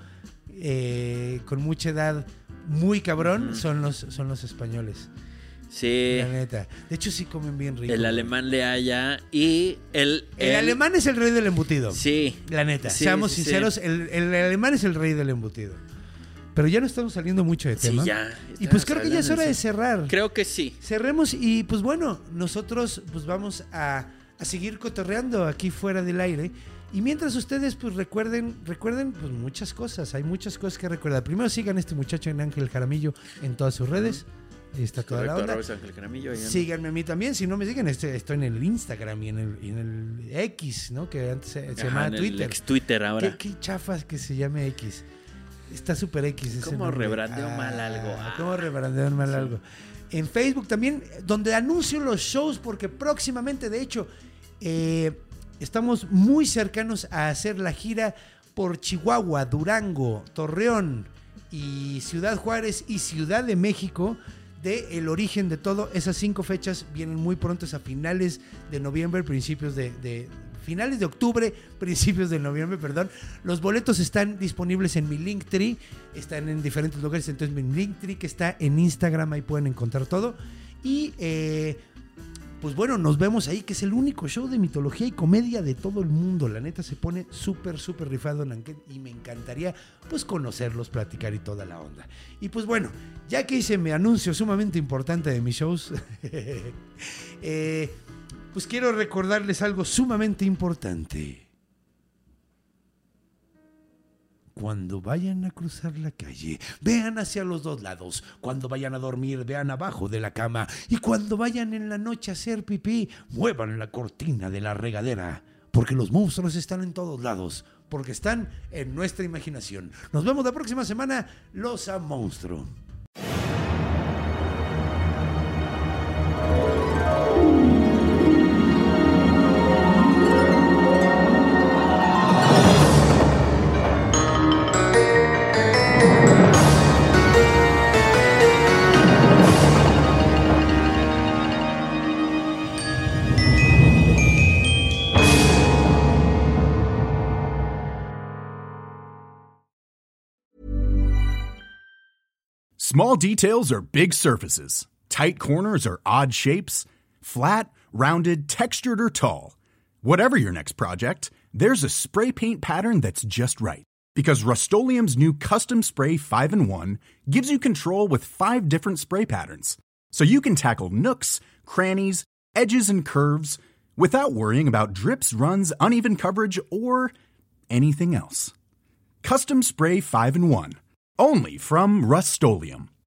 eh, con mucha edad muy cabrón
Ujú.
son los son los españoles.
Sí.
La neta. De hecho, sí comen bien rico.
El
güey.
alemán le haya y el...
El, alemán es el rey del embutido.
Sí.
La neta.
Sí,
Seamos
sí, sí.
sinceros, el, el alemán es el rey del embutido. Pero ya no estamos saliendo mucho de
Sí,
tema.
ya.
Y pues
Estamos
creo que ya es
hablando
hora de
eso.
cerrar.
Creo que sí.
Cerremos y pues bueno, nosotros pues vamos a, a seguir cotorreando aquí fuera del aire. Y mientras ustedes pues recuerden, recuerden pues muchas cosas, hay muchas cosas que recordar. Primero sigan a este muchacho en Ángel Jaramillo en todas sus redes. Ahí está toda la
Correcto,
onda.
arroba Ángel Jaramillo, ahí anda.
Síganme a mí también, si no me siguen, este- estoy en el Instagram y en el, y en el X, ¿no? Que antes se, se
Ajá,
llamaba
en el
Twitter.
ex Twitter ahora.
¿Qué, qué chafas que se llame X? Está súper X. ese
¿Cómo
nombre.
rebrandeo mal algo? Ah.
¿Cómo rebrandeo mal
Sí.
algo? En Facebook también, donde anuncio los shows, porque próximamente, de hecho, eh, estamos muy cercanos a hacer la gira por Chihuahua, Durango, Torreón y Ciudad Juárez y Ciudad de México. De El Origen de Todo. Esas cinco fechas vienen muy pronto, a finales de noviembre, principios de, de finales de octubre, principios de noviembre, perdón. Los boletos están disponibles en mi Linktree, están en diferentes lugares, entonces mi Linktree que está en Instagram, ahí pueden encontrar todo. Y eh, pues bueno, nos vemos ahí, que es el único show de mitología y comedia de todo el mundo. La neta se pone súper, súper rifado en Anquet y me encantaría pues conocerlos, platicar y toda la onda. Y pues bueno, ya que hice mi anuncio sumamente importante de mis shows, eh, pues quiero recordarles algo sumamente importante. Cuando vayan a cruzar la calle, vean hacia los dos lados. Cuando vayan a dormir, vean abajo de la cama. Y cuando vayan en la noche a hacer pipí, muevan la cortina de la regadera. Porque los monstruos están en todos lados. Porque están en nuestra imaginación. Nos vemos la próxima semana. Los a monstruo.
Small details are big surfaces. Tight corners are odd shapes. Flat, rounded, textured, or tall. Whatever your next project, there's a spray paint pattern that's just right. Because Rust-Oleum's new Custom Spray five in one gives you control with five different spray patterns. So you can tackle nooks, crannies, edges, and curves without worrying about drips, runs, uneven coverage, or anything else. Custom Spray five in one. Only from Rust-Oleum.